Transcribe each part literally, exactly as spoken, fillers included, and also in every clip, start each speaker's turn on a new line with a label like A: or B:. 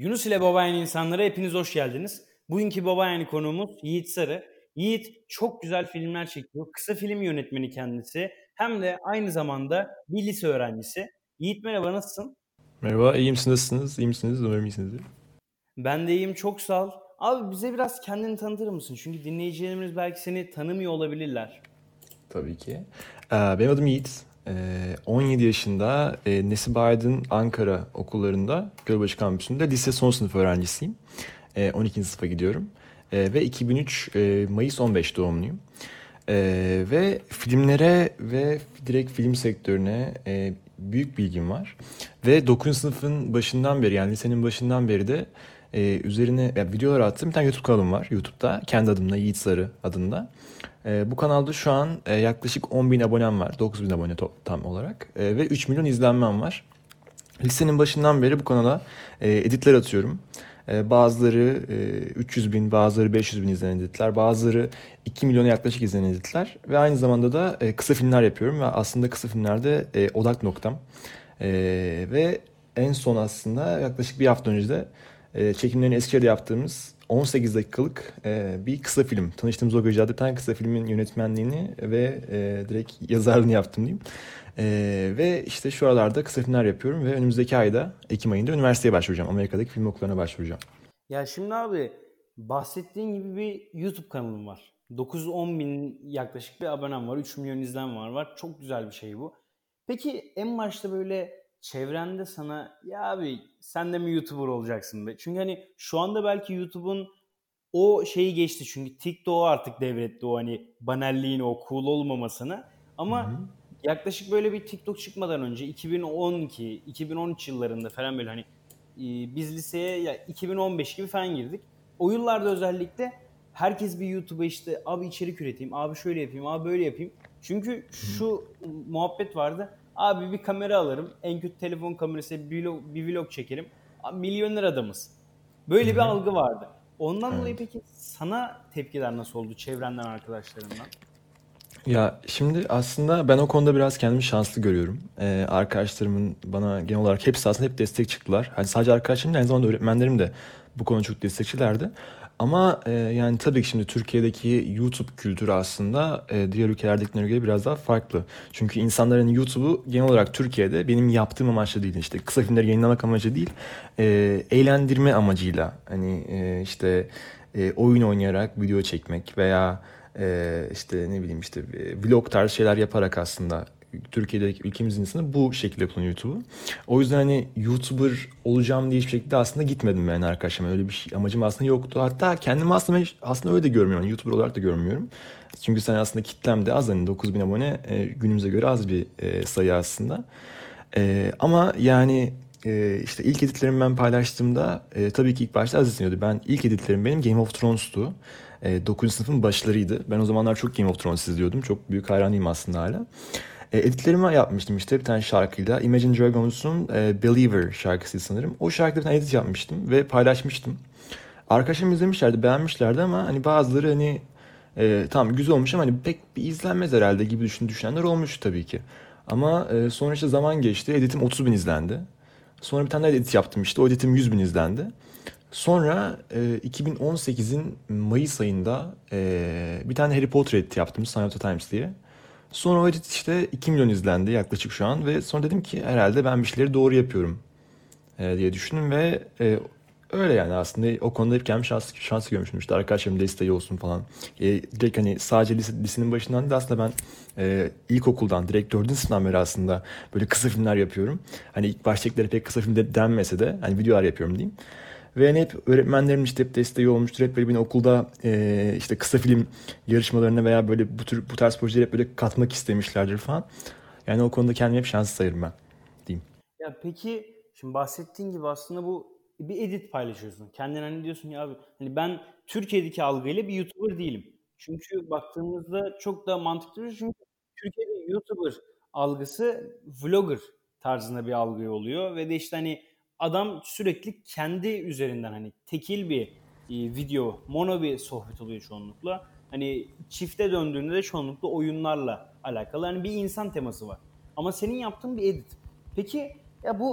A: Yunus ile Babayan insanlara hepiniz hoş geldiniz. Bugünkü Babayan konuğumuz Yiğit Sarı. Yiğit çok güzel filmler çekiyor. Kısa film yönetmeni kendisi. Hem de aynı zamanda bir lise öğrencisi. Yiğit merhaba, nasılsın?
B: Merhaba, iyi misiniz, nasılsınız? İyi misiniz? Umarım iyisinizdir.
A: Ben de iyiyim, çok sağ ol. Abi bize biraz kendini tanıtır mısın? Çünkü dinleyicilerimiz belki seni tanımıyor olabilirler.
B: Tabii ki. Ee, Benim adım Yiğit. Ee, on yedi yaşında e, Nesibe Aydın Ankara okullarında Gölbaşı Kampüsü'nde lise son sınıf öğrencisiyim. Ee, on ikinci sınıfa gidiyorum. Ee, ve iki bin üç e, Mayıs on beş doğumluyum. Ee, ve filmlere ve direkt film sektörüne e, büyük bilgim var. Ve dokuzuncu sınıfın başından beri, yani lisenin başından beri de e, üzerine ya, videolar attığım bir tane YouTube kanalım var YouTube'da. Kendi adımla Yiğit Sarı adında. E, bu kanalda şu an e, yaklaşık on bin abonem var. dokuz bin abone to- tam olarak. E, ve üç milyon izlenmem var. Lisenin başından beri bu kanala e, editler atıyorum. E, bazıları e, üç yüz bin, bazıları beş yüz bin izlenen editler, bazıları iki milyona yaklaşık izlenen editler. Ve aynı zamanda da e, kısa filmler yapıyorum ve aslında kısa filmlerde e, odak noktam. E, ve en son aslında yaklaşık bir hafta önce de e, çekimlerini Eskişehir'de yaptığımız on sekiz dakikalık e, bir kısa film. Tanıştığımız o gece bir tane kısa filmin yönetmenliğini ve e, direkt yazarlığını yaptım diyeyim. Ee, ve işte şu aralarda kısa filmler yapıyorum ve önümüzdeki ayda, Ekim ayında üniversiteye başvuracağım. Amerika'daki film okullarına başvuracağım.
A: Ya şimdi abi bahsettiğin gibi bir YouTube kanalım var. dokuz on bin yaklaşık bir abonem var. üç milyon izlenme var. var. Çok güzel bir şey bu. Peki en başta böyle çevrende sana ya abi sen de mi YouTuber olacaksın be? Çünkü hani şu anda belki YouTube'un o şeyi geçti. Çünkü TikTok artık devretti o hani banalliğini, o cool olmamasını.
B: Hı
A: Ama
B: hı.
A: yaklaşık böyle bir TikTok çıkmadan önce iki bin on iki, iki bin on üç yıllarında falan böyle hani e, biz liseye ya iki bin on beş gibi falan girdik. O yıllarda özellikle herkes bir YouTube'a işte abi içerik üreteyim, abi şöyle yapayım, abi böyle yapayım. Çünkü şu muhabbet vardı. Abi bir kamera alırım, en kötü telefon kamerası bir vlog, bir vlog çekerim. Abi milyoner adamız.
B: Hı
A: Böyle bir
B: hı.
A: algı vardı. Ondan dolayı
B: Evet.
A: peki sana tepkiler nasıl oldu çevrenden, arkadaşlarından?
B: Ya şimdi aslında ben o konuda biraz kendimi şanslı görüyorum. Ee, arkadaşlarımın bana genel olarak hepsi aslında hep destek çıktılar. Hani sadece arkadaşlarım değil, aynı zamanda öğretmenlerim de bu konuda çok destekçilerdi. Ama e, yani tabii ki şimdi Türkiye'deki YouTube kültürü aslında e, diğer ülkelerdekine göre biraz daha farklı. Çünkü insanların YouTube'u genel olarak Türkiye'de benim yaptığım amaçla değil, işte kısa filmleri yayınlamak amacı değil, e, eğlendirme amacıyla, hani e, işte e, oyun oynayarak video çekmek veya ee, işte ne bileyim işte e, vlog tarzı şeyler yaparak aslında Türkiye'deki ülkemizin insanı bu şekilde kullanıyor YouTube'u. O yüzden hani YouTuber olacağım diye hiçbir şekilde aslında gitmedim ben arkadaşım. Öyle bir şey, amacım aslında yoktu. Hatta kendimi aslında hiç- aslında öyle de görmüyorum. YouTuber olarak da görmüyorum. Çünkü sen aslında kitlem de az, hani dokuz bin abone e, günümüze göre az bir e, sayı aslında. E, ama yani e, işte ilk editlerimi ben paylaştığımda e, tabii ki ilk başta az izleniyordu. Ben ilk editlerim benim Game of Thrones'tu. E, dokuzuncu sınıfın başlarıydı. Ben o zamanlar çok Game of Thrones izliyordum. Çok büyük hayranıyım aslında hala. E, editlerimi yapmıştım işte bir tane şarkıyla. Imagine Dragons'un e, Believer şarkısı sanırım. O şarkıda bir tane edit yapmıştım ve paylaşmıştım. Arkadaşlarım izlemişlerdi, beğenmişlerdi ama hani bazıları hani e, tamam güzel olmuş ama hani pek bir izlenmez herhalde gibi düşün, düşünenler olmuş tabii ki. Ama e, sonra işte zaman geçti. Editim otuz bin izlendi. Sonra bir tane daha edit yaptım işte. O editim yüz bin izlendi. Sonra e, iki bin on sekizin Mayıs ayında e, bir tane Harry Potter editi yaptım, Sign of the Times diye. Sonra o edit işte iki milyon izlendi yaklaşık şu an ve sonra dedim ki herhalde ben bir şeyleri doğru yapıyorum e, diye düşündüm ve e, öyle yani aslında o konuda hep kendimi şans, şans görmüştüm. İşte arkadaşlarım desteği olsun falan. E, direkt hani sadece lise, lisenin başından değil aslında ben e, ilkokuldan direkt dördüncü sınıftan beri aslında böyle kısa filmler yapıyorum. Hani ilk baştakileri pek kısa film de denmese de hani videolar yapıyorum diyeyim. Ve hani hep öğretmenlerim işte hep desteği olmuştur. Hep böyle beni okulda e, işte kısa film yarışmalarına veya böyle bu tür bu tarz projeleri hep böyle katmak istemişlerdir falan. Yani o konuda kendimi hep şanslı sayarım ben diyeyim.
A: Ya peki şimdi bahsettiğin gibi aslında bu bir edit paylaşıyorsun. Kendin hani diyorsun ya abi hani ben Türkiye'deki algıyla bir YouTuber değilim. Çünkü baktığımızda çok da mantıklı bir şey. Çünkü Türkiye'de YouTuber algısı vlogger tarzında bir algı oluyor ve de işte hani adam sürekli kendi üzerinden hani tekil bir e, video, mono bir sohbet oluyor çoğunlukla. Hani çifte döndüğünde de çoğunlukla oyunlarla alakalı hani bir insan teması var. Ama senin yaptığın bir edit. Peki ya bu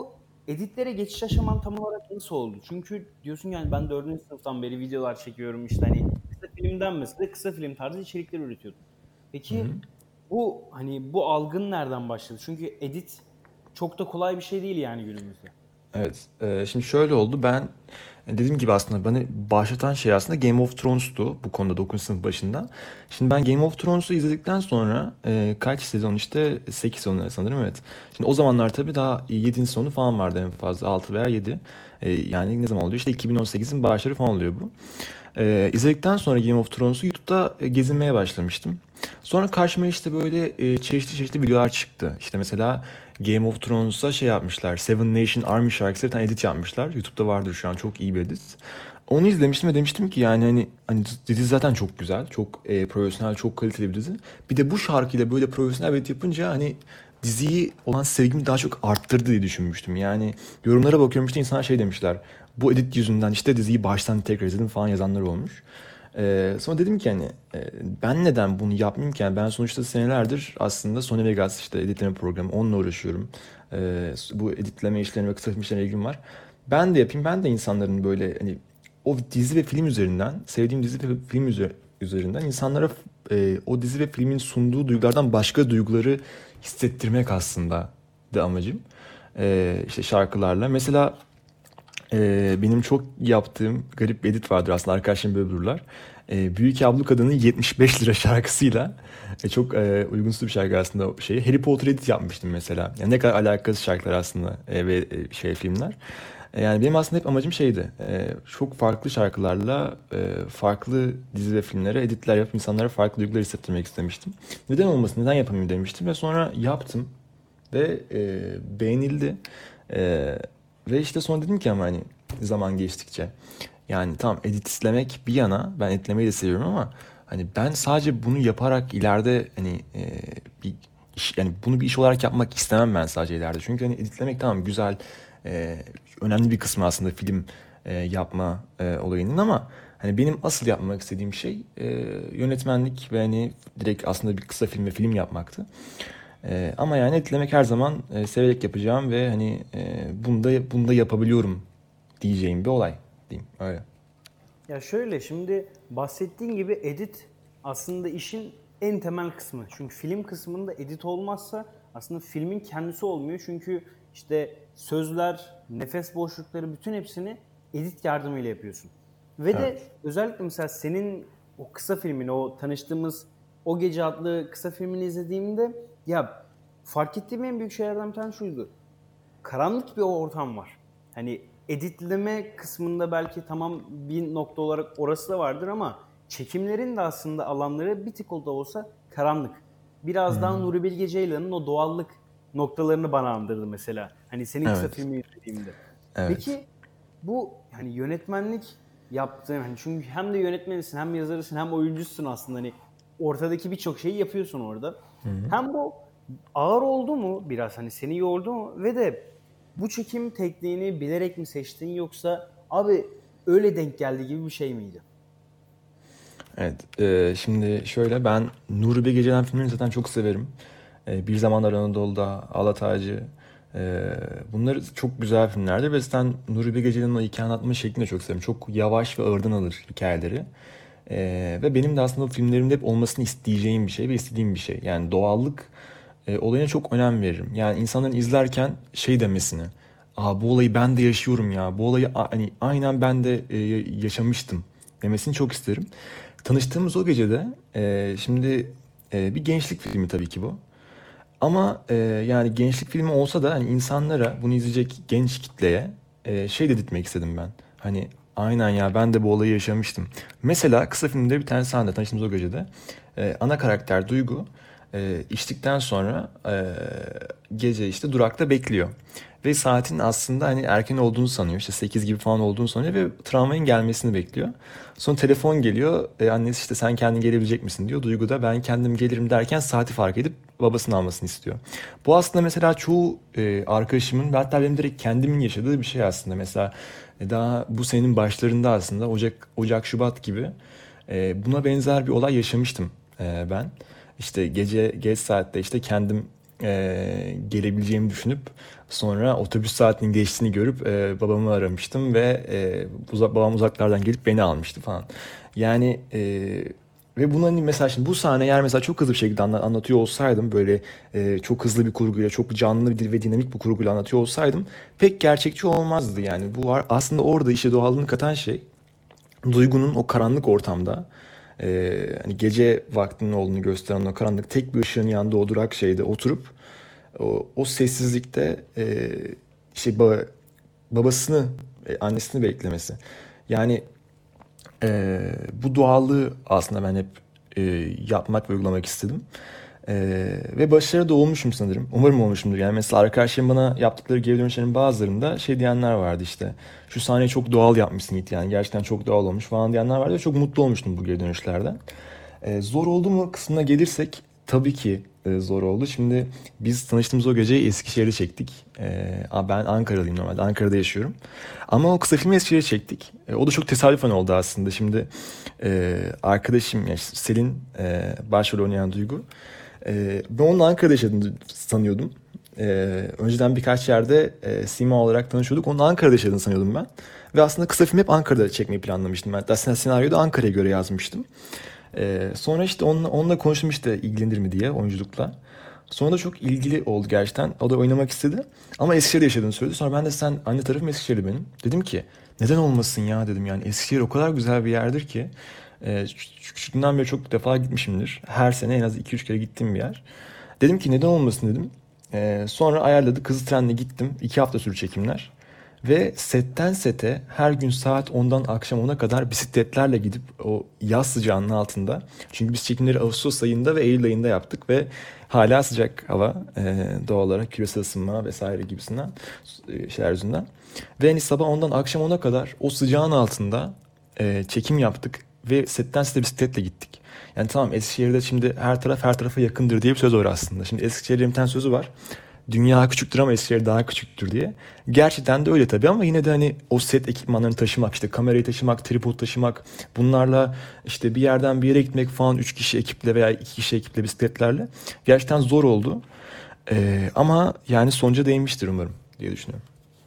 A: editlere geçiş aşaman tam olarak nasıl oldu? Çünkü diyorsun yani ben dördüncü sınıftan beri videolar çekiyorum işte hani kısa filmden mesela kısa film tarzı içerikler üretiyordum.
B: Hı hı.
A: Peki bu hani bu algın nereden başladı? Çünkü edit çok da kolay bir şey değil yani günümüzde.
B: Evet. Ee, şimdi şöyle oldu. Ben dediğim gibi aslında beni başlatan şey aslında Game of Thrones'tu bu konuda dokuzuncu sınıf başında. Şimdi ben Game of Thrones'u izledikten sonra e, kaç sezon işte sekiz sezon sanırım evet. Şimdi o zamanlar tabii daha yedinci sonu falan vardı en fazla altı veya yedi. E, yani ne zaman oluyor? İşte iki bin on sekizin başları falan oluyor bu. E, izledikten sonra Game of Thrones'u YouTube'da e, gezinmeye başlamıştım. Sonra karşıma işte böyle e, çeşitli çeşitli videolar çıktı. İşte mesela Game of Thrones'a şey yapmışlar. Seven Nation Army şarkısı bir tane edit yapmışlar. YouTube'da vardır şu an çok iyi bir edit. Onu izlemiştim ve demiştim ki yani hani, hani dizi zaten çok güzel. Çok e, profesyonel, çok kaliteli bir dizi. Bir de bu şarkıyla böyle profesyonel bir edit yapınca hani diziyi olan sevgimi daha çok arttırdı diye düşünmüştüm. Yani yorumlara bakıyorum işte insanlar şey demişler. Bu edit yüzünden işte diziyi baştan tekrar izledim falan yazanlar olmuş. Ee, sonra dedim ki hani e, ben neden bunu yapmayayım ki? Yani ben sonuçta senelerdir aslında Sony Vegas işte editleme programı onunla uğraşıyorum. Ee, bu editleme işlerine ve kısa film işlerine ilgim var. Ben de yapayım. Ben de insanların böyle hani o dizi ve film üzerinden, sevdiğim dizi ve film üzer- üzerinden insanlara e, o dizi ve filmin sunduğu duygulardan başka duyguları hissettirmek aslında da amacım. Ee, işte şarkılarla. Mesela ee, benim çok yaptığım garip bir edit vardır aslında arkadaşlarım böyle bulurlar. Ee, Büyük Ablu Kadın'ın yetmiş beş lira şarkısıyla e, çok e, uygunsuz bir şarkı aslında o şey. Harry Potter edit yapmıştım mesela. Yani ne kadar alakasız şarkılar aslında e, ve e, şey filmler. E, yani benim aslında hep amacım şeydi. E, çok farklı şarkılarla e, farklı dizi ve filmlere editler yapıp insanlara farklı duygular hissettirmek istemiştim. Neden olmasın, neden yapamayayım demiştim ve sonra yaptım ve e, beğenildi. E, Ve işte sonra dedim ki ama hani zaman geçtikçe yani tamam editlemek bir yana ben editlemeyi de seviyorum ama hani ben sadece bunu yaparak ileride hani e, bir iş, yani bunu bir iş olarak yapmak istemem ben sadece ileride. Çünkü hani editlemek tamam güzel e, önemli bir kısmı aslında film e, yapma e, olayının ama hani benim asıl yapmak istediğim şey e, yönetmenlik ve hani direkt aslında bir kısa film ve film yapmaktı. Ee, ama yani etkilemek her zaman e, severek yapacağım ve hani e, bunda bunda yapabiliyorum diyeceğim bir olay diyeyim öyle.
A: Ya şöyle şimdi bahsettiğin gibi edit aslında işin en temel kısmı. Çünkü film kısmında edit olmazsa aslında filmin kendisi olmuyor. Çünkü işte sözler, nefes boşlukları bütün hepsini edit yardımıyla yapıyorsun. Ve de
B: Evet.
A: özellikle mesela senin o kısa filmini, o tanıştığımız O Gece adlı kısa filmini izlediğimde ya fark ettiğim en büyük şeylerden bir tanesi şuydu. Karanlık bir ortam var. Hani editleme kısmında belki tamam bir nokta olarak orası da vardır ama çekimlerin de aslında alanları bir tık da olsa karanlık. Biraz daha
B: Hmm.
A: Nuri Bilge Ceylan'ın o doğallık noktalarını bana andırdı mesela. Hani senin kısa
B: Evet.
A: filmi izlediğimde.
B: Evet.
A: Peki bu hani yönetmenlik yaptığın hani çünkü hem de yönetmenisin hem yazarısın hem oyuncusun aslında hani ortadaki birçok şeyi yapıyorsun orada.
B: Hı hı.
A: Hem bu ağır oldu mu biraz hani seni yordu mu ve de bu çekim tekniğini bilerek mi seçtin yoksa abi öyle denk geldi gibi bir şey miydi?
B: Evet. E, şimdi şöyle ben Nuri Bilge Ceylan filmlerini zaten çok severim. E, Bir Zamanlar Anadolu'da, Alat Ağacı. E, bunlar çok güzel filmlerdir ve zaten Nuri Bilge Ceylan'ın o hikaye anlatma şeklini de çok severim. Çok yavaş ve ağırdan alır hikayeleri. Ee, ve benim de aslında o filmlerimde hep olmasını isteyeceğim bir şey ve istediğim bir şey. Yani doğallık e, olayına çok önem veririm. Yani insanların izlerken şey demesini. Aa, bu olayı ben de yaşıyorum ya. Bu olayı a- hani aynen ben de e, yaşamıştım demesini çok isterim. Tanıştığımız o gecede e, şimdi e, bir gençlik filmi tabii ki bu. Ama e, yani gençlik filmi olsa da hani insanlara bunu izleyecek genç kitleye e, şey dedirtmek istedim ben. Hani aynen ya ben de bu olayı yaşamıştım. Mesela kısa filmde bir tane sahnede tanıştığımız o gecede e, ana karakter Duygu e, içtikten sonra e, gece işte durakta bekliyor. Ve saatin aslında hani erken olduğunu sanıyor. İşte sekiz gibi falan olduğunu sanıyor ve tramvayın gelmesini bekliyor. Sonra telefon geliyor. E, annesi işte sen kendin gelebilecek misin diyor. Duygu da ben kendim gelirim derken saati fark edip babasının almasını istiyor. Bu aslında mesela çoğu e, arkadaşımın ve hatta benim direkt kendimin yaşadığı bir şey aslında. Mesela e, daha bu senenin başlarında aslında Ocak, Ocak Şubat gibi e, buna benzer bir olay yaşamıştım e, ben. İşte gece geç saatte işte kendim e, gelebileceğimi düşünüp sonra otobüs saatinin geçtiğini görüp e, babamı aramıştım ve e, uza- babam uzaklardan gelip beni almıştı falan. Yani e, ve bunu hani mesela şimdi bu sahne eğer mesela çok hızlı bir şekilde anla- anlatıyor olsaydım böyle e, çok hızlı bir kurguyla çok canlı bir ve dinamik bir kurguyla anlatıyor olsaydım pek gerçekçi olmazdı yani. Bu var aslında orada işe doğallığını katan şey Duygu'nun o karanlık ortamda e, hani gece vaktinin olduğunu gösteren o karanlık tek bir ışığın yanında o durak şeyde oturup o, o sessizlikte e, işte ba- babasını e, annesini beklemesi. Yani e, bu doğallığı aslında ben hep e, yapmak ve uygulamak istedim. Ee, ve başarılı da olmuşum sanırım. Umarım olmuşumdur. Yani mesela arkadaşlarım bana yaptıkları geri dönüşlerin bazılarında şey diyenler vardı işte. Şu sahneyi çok doğal yapmışsın Yiğit yani. Gerçekten çok doğal olmuş falan diyenler vardı. Ve çok mutlu olmuştum bu geri dönüşlerden. Ee, zor oldu mu kısmına gelirsek tabii ki e, zor oldu. Şimdi biz tanıştığımız o geceyi Eskişehir'de çektik. Ee, ben Ankaralıyım normalde. Ankara'da yaşıyorum. Ama o kısa filmi Eskişehir'de çektik. E, o da çok tesadüfen oldu aslında. Şimdi e, arkadaşım yani Selin e, başrol oynayan Duygu. Ee, ben onun Ankara'da yaşadığını sanıyordum. Ee, önceden birkaç yerde e, sima olarak tanışıyorduk. Onun Ankara'da yaşadığını sanıyordum ben. Ve aslında kısa film hep Ankara'da çekmeyi planlamıştım. Ben aslında senaryoyu da Ankara'ya göre yazmıştım. Ee, sonra işte onunla, onunla konuştum işte ilgilenir mi diye oyunculukla. Sonra da çok ilgili oldu gerçekten. O da oynamak istedi. Ama Eskişehir'de yaşadığını söyledi. Sonra ben de sen anne tarafım Eskişehir'de benim. Dedim ki neden olmasın ya dedim yani. Eskişehir o kadar güzel bir yerdir ki. Ee, küçüklüğümden beri çok defa gitmişimdir. Her sene en az iki üç kere gittiğim bir yer. Dedim ki neden olmasın dedim. Ee, sonra ayarladı. Kızıl trenle gittim. iki hafta sürü çekimler. Ve setten sete her gün saat ondan akşam ona kadar bisikletlerle gidip o yaz sıcağının altında. Çünkü biz çekimleri Ağustos ayında ve Eylül ayında yaptık ve hala sıcak hava e, doğal olarak küresel ısınma vesaire gibisinden e, şeyler yüzünden. Ve hani sabah ondan akşam ona kadar o sıcağın altında e, çekim yaptık ve setten sete bisikletle gittik. Yani tamam Eskişehir'de şimdi her taraf her tarafa yakındır diye bir söz var aslında. Şimdi Eskişehir'in bir tane sözü var. Dünya küçüktür ama Eskişehir daha küçüktür diye. Gerçekten de öyle tabii ama yine de hani o set ekipmanlarını taşımak, işte kamerayı taşımak, tripod taşımak, bunlarla işte bir yerden bir yere gitmek falan üç kişi ekiple veya iki kişi ekiple bisikletlerle gerçekten zor oldu. Ee, ama yani sonuca değmiştir umarım diye düşünüyorum.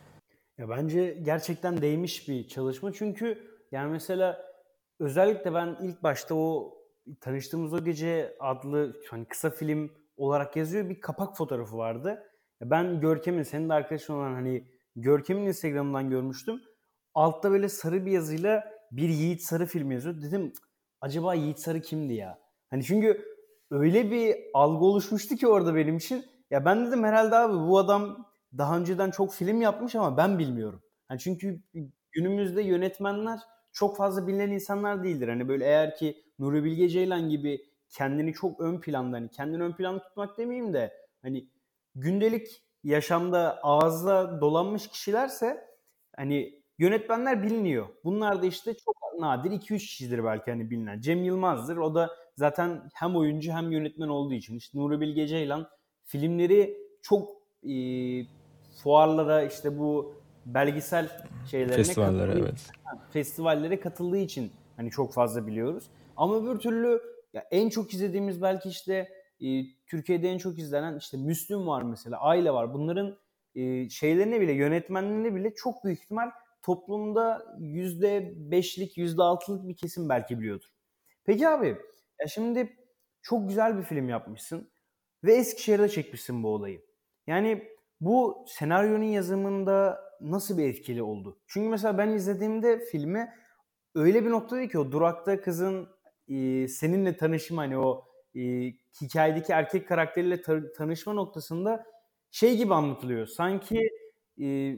A: Ya bence gerçekten değmiş bir çalışma. Çünkü yani mesela özellikle ben ilk başta o tanıştığımız o gece adlı hani kısa film olarak yazıyor bir kapak fotoğrafı vardı. Ya ben Görkem'in senin de arkadaşın olan hani Görkem'in Instagram'dan görmüştüm. Altta böyle sarı bir yazıyla bir Yiğit Sarı filmi yazıyor. Dedim "Cık, acaba Yiğit Sarı kimdi ya?" Hani çünkü öyle bir algı oluşmuştu ki orada benim için. Ya ben dedim herhalde abi bu adam daha önceden çok film yapmış ama ben bilmiyorum. Hani çünkü günümüzde yönetmenler çok fazla bilinen insanlar değildir. Hani böyle eğer ki Nuri Bilge Ceylan gibi kendini çok ön planda hani kendini ön planda tutmak demeyeyim de hani gündelik yaşamda ağızda dolanmış kişilerse hani yönetmenler biliniyor. Bunlar da işte çok nadir iki üç kişidir belki hani bilinen. Cem Yılmaz'dır. O da zaten hem oyuncu hem yönetmen olduğu için. İşte Nuri Bilge Ceylan filmleri çok e, fuarlara işte bu belgesel şeylerine
B: Festivallere
A: katıldığı
B: evet.
A: festivallere katıldığı için hani çok fazla biliyoruz. Ama öbür türlü ya en çok izlediğimiz belki işte e, Türkiye'de en çok izlenen işte Müslüm var mesela, Aile var. Bunların e, şeylerine bile yönetmenliğine bile çok büyük ihtimal toplumda yüzde beşlik, yüzde altılık bir kesim belki biliyordur. Peki abi, ya şimdi çok güzel bir film yapmışsın ve Eskişehir'de çekmişsin bu olayı. Yani bu senaryonun yazımında nasıl bir etkili oldu? Çünkü mesela ben izlediğimde filmi öyle bir noktadaydı ki o durakta kızın e, seninle tanışma hani o e, hikayedeki erkek karakteriyle ta- tanışma noktasında şey gibi anlatılıyor. Sanki e,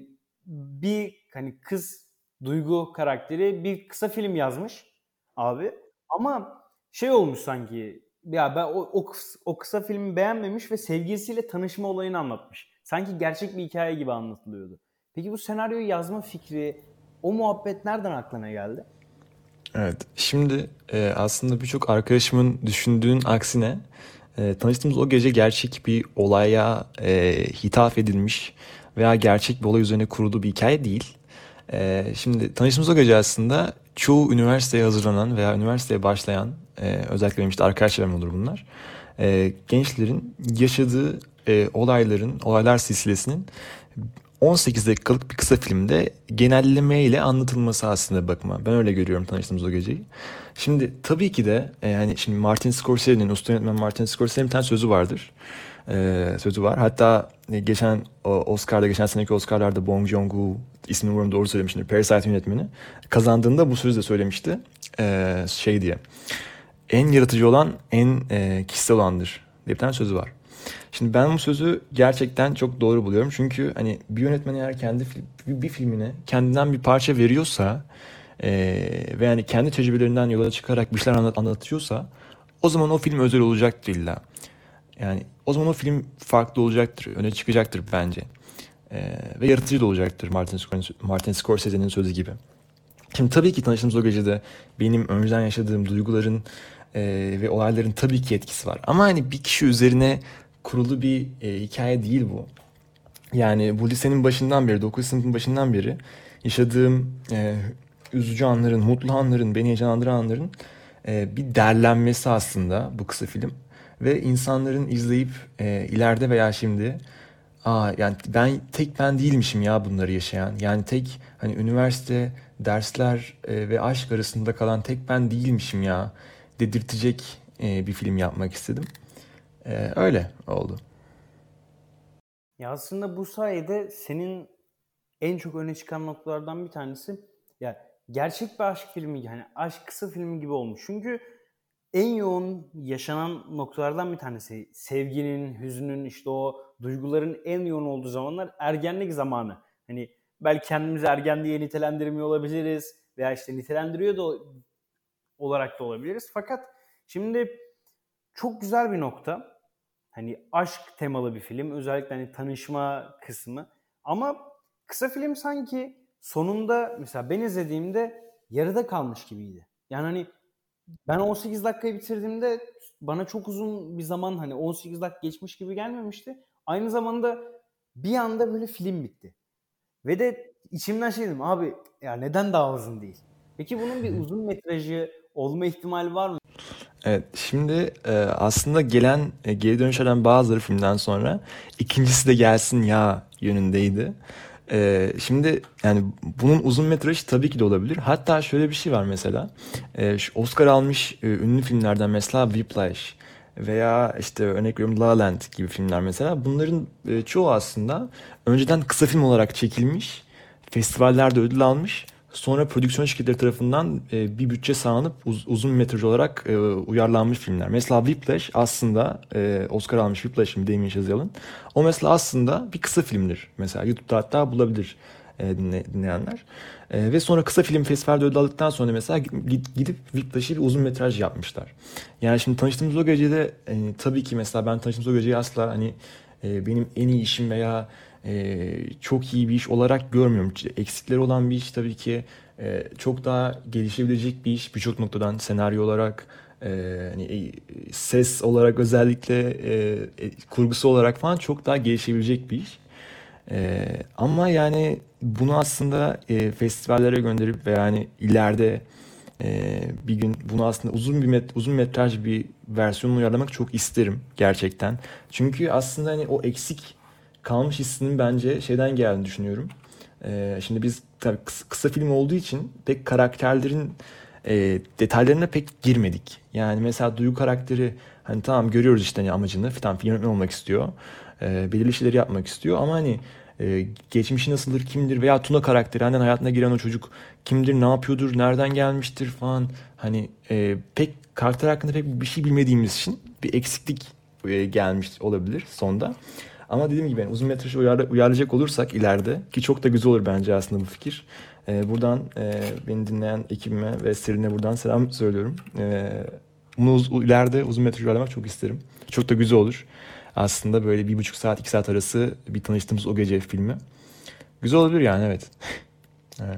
A: bir hani kız Duygu karakteri bir kısa film yazmış abi ama şey olmuş sanki ya ben o, o, kıs- o kısa filmi beğenmemiş ve sevgilisiyle tanışma olayını anlatmış. Sanki gerçek bir hikaye gibi anlatılıyordu. Peki bu senaryoyu yazma fikri, o muhabbet nereden aklına geldi?
B: Evet. Şimdi e, aslında birçok arkadaşımın düşündüğün aksine e, tanıştığımız o gece gerçek bir olaya e, hitap edilmiş veya gerçek bir olay üzerine kurulu bir hikaye değil. E, şimdi tanıştığımız o gece aslında çoğu üniversiteye hazırlanan veya üniversiteye başlayan e, özellikle benim işte arkadaşlarım olur bunlar. E, gençlerin yaşadığı e, olayların, olaylar silsilesinin on sekiz dakikalık bir kısa filmde genellemeyle anlatılması aslında bakıma. Ben öyle görüyorum Tanıştığımız O Gece'yi. Şimdi tabii ki de e, yani şimdi Martin Scorsese'nin, usta yönetmen Martin Scorsese'nin bir tane sözü vardır. E, sözü var. Hatta e, geçen o, Oscar'da, geçen seneki Oscar'larda Bong Joon-ho, ismini umarım doğru söylemişimdir, Parasite yönetmeni, kazandığında bu sözü de söylemişti. E, şey diye. En yaratıcı olan en e, kişisel olandır diye bir tane sözü var. Şimdi ben bu sözü gerçekten çok doğru buluyorum. Çünkü hani bir yönetmen eğer kendi bir filmine kendinden bir parça veriyorsa e, ve yani kendi tecrübelerinden yola çıkarak bir şeyler anlat, anlatıyorsa o zaman o film özel olacaktır illa. Yani o zaman o film farklı olacaktır, öne çıkacaktır bence. E, ve yaratıcı da olacaktır Martin, Martin Scorsese'nin sözü gibi. Şimdi tabii ki Tanıştığımız O Gece'de benim önceden yaşadığım duyguların e, ve olayların tabii ki etkisi var. Ama hani bir kişi üzerine kurulu bir e, hikaye değil bu. Yani bu lisenin başından beri, dokuzuncu sınıfın başından beri yaşadığım e, üzücü anların, mutlu anların, beni heyecanlandıran anların e, bir derlenmesi aslında bu kısa film. Ve insanların izleyip e, ileride veya şimdi, aa yani ben tek ben değilmişim ya bunları yaşayan. Yani tek hani üniversite, dersler e, ve aşk arasında kalan tek ben değilmişim ya dedirtecek e, bir film yapmak istedim. E, öyle oldu.
A: Ya aslında bu sayede senin en çok öne çıkan noktalardan bir tanesi ya gerçek bir aşk filmi, yani aşk kısa filmi gibi olmuş. Çünkü en yoğun yaşanan noktalardan bir tanesi sevginin, hüznün, işte o duyguların en yoğun olduğu zamanlar ergenlik zamanı. Hani belki kendimizi ergen diye nitelendirmiyor olabiliriz veya işte nitelendiriyor da olarak da olabiliriz. Fakat şimdi çok güzel bir nokta. Hani aşk temalı bir film. Özellikle hani tanışma kısmı. Ama kısa film sanki sonunda mesela ben izlediğimde yarıda kalmış gibiydi. Yani hani ben on sekiz dakikayı bitirdiğimde bana çok uzun bir zaman, hani on sekiz dakika geçmiş gibi gelmemişti. Aynı zamanda bir anda böyle film bitti. Ve de içimden şey dedim, abi ya neden daha uzun değil? Peki bunun bir uzun metrajı olma ihtimali var mı?
B: Evet, şimdi e, aslında gelen e, geri dönüşlerden bazıları filmden sonra ikincisi de gelsin ya yönündeydi. E, şimdi yani bunun uzun metrajı tabii ki de olabilir. Hatta şöyle bir şey var mesela. E, şu Oscar almış e, ünlü filmlerden mesela Whiplash veya işte örnek veriyorum La La Land gibi filmler mesela. Bunların e, çoğu aslında önceden kısa film olarak çekilmiş, festivallerde ödül almış. Sonra prodüksiyon şirketleri tarafından e, bir bütçe sağlanıp uz- uzun metraj olarak e, uyarlanmış filmler. Mesela Whiplash aslında e, Oscar almış Whiplash'ın Damien Chazelle'ın. O mesela aslında bir kısa filmdir. Mesela YouTube'da hatta bulabilir e, dinle- dinleyenler. E, ve sonra kısa film festivalde ödül aldıktan sonra mesela gidip, gidip Whiplash'ı bir uzun metraj yapmışlar. Yani şimdi Tanıştığımız O Gece'de e, tabii ki mesela ben Tanıştığımız O Gece'yi asla hani e, benim en iyi işim veya e, çok iyi bir iş olarak görmüyorum. Eksikleri olan bir iş tabii ki, e, çok daha gelişebilecek bir iş birçok noktadan, senaryo olarak, e, hani e, ses olarak özellikle, e, e, kurgusu olarak falan çok daha gelişebilecek bir iş. E, ama yani bunu aslında e, festivallere gönderip ve yani ileride e, bir gün bunu aslında uzun bir met uzun metraj bir versiyonunu uyarlamak çok isterim gerçekten. Çünkü aslında hani o eksik kalmış hissinin bence şeyden geldiğini düşünüyorum. Ee, şimdi biz tabii kısa, kısa film olduğu için pek karakterlerin e, detaylarına pek girmedik. Yani mesela Duygu karakteri hani tamam görüyoruz işte hani amacını. Tam film yönetmen olmak istiyor. Ee, belirli şeyleri yapmak istiyor ama hani e, geçmişi nasıldır, kimdir veya Tuna karakteri hani hayatına giren o çocuk kimdir, ne yapıyordur, nereden gelmiştir falan. Hani e, pek karakter hakkında pek bir şey bilmediğimiz için bir eksiklik e, gelmiş olabilir sonda. Ama dediğim gibi yani uzun metrajı uyar, uyarlayacak olursak ileride ki çok da güzel olur bence aslında bu fikir. Ee, buradan e, beni dinleyen ekibime ve Serin'e buradan selam söylüyorum. Ee, bunu uz- ileride uzun metraj uyarlamak çok isterim. Çok da güzel olur. Aslında böyle bir buçuk saat iki saat arası bir Tanıştığımız O Gece filmi. Güzel olabilir yani, evet. Evet.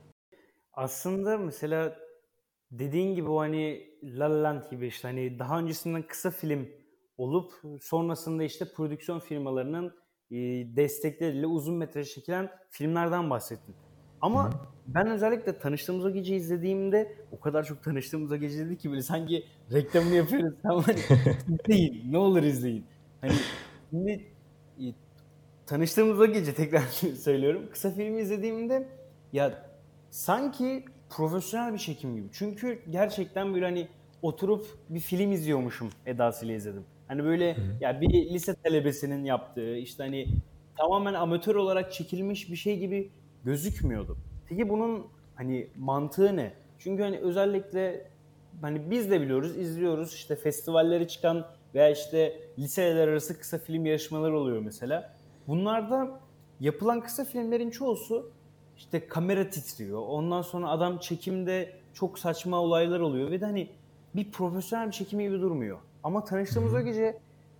A: Aslında mesela dediğin gibi o hani La La Land gibi işte hani daha öncesinden kısa film olup sonrasında işte prodüksiyon firmalarının e, destekleriyle uzun metraj çekilen filmlerden bahsettin.
B: Hı hı.
A: Ama ben özellikle Tanıştığımız O Gece'yi izlediğimde o kadar çok Tanıştığımız O Gece dedi ki böyle sanki reklamını yapıyoruz. Tamam hani izleyin, ne olur izleyin. Hani şimdi tanıştığımız o gece tekrar söylüyorum. Kısa filmi izlediğimde ya sanki profesyonel bir çekim gibi. Çünkü gerçekten böyle hani oturup bir film izliyormuşum edasıyla izledim. Hani böyle ya bir lise talebesinin yaptığı işte hani tamamen amatör olarak çekilmiş bir şey gibi gözükmüyordu. Peki bunun hani mantığı ne? Çünkü hani özellikle hani biz de biliyoruz, izliyoruz işte festivallere çıkan veya işte liseler arası kısa film yarışmaları oluyor mesela. Bunlarda yapılan kısa filmlerin çoğusu işte kamera titriyor. Ondan sonra adam çekimde çok saçma olaylar oluyor ve de hani bir profesyonel bir çekim gibi durmuyor. Ama
B: Hı
A: tanıştığımız
B: hı.
A: o gece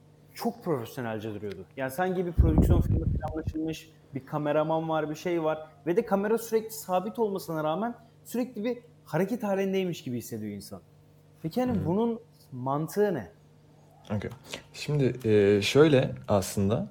A: çok profesyonelce duruyordu. Yani sanki bir prodüksiyon filmi planlaşılmış, bir kameraman var, bir şey var ve de kamera sürekli sabit olmasına rağmen sürekli bir hareket halindeymiş gibi hissediyor insan. Peki hani bunun mantığı ne?
B: Okay. Şimdi e, şöyle aslında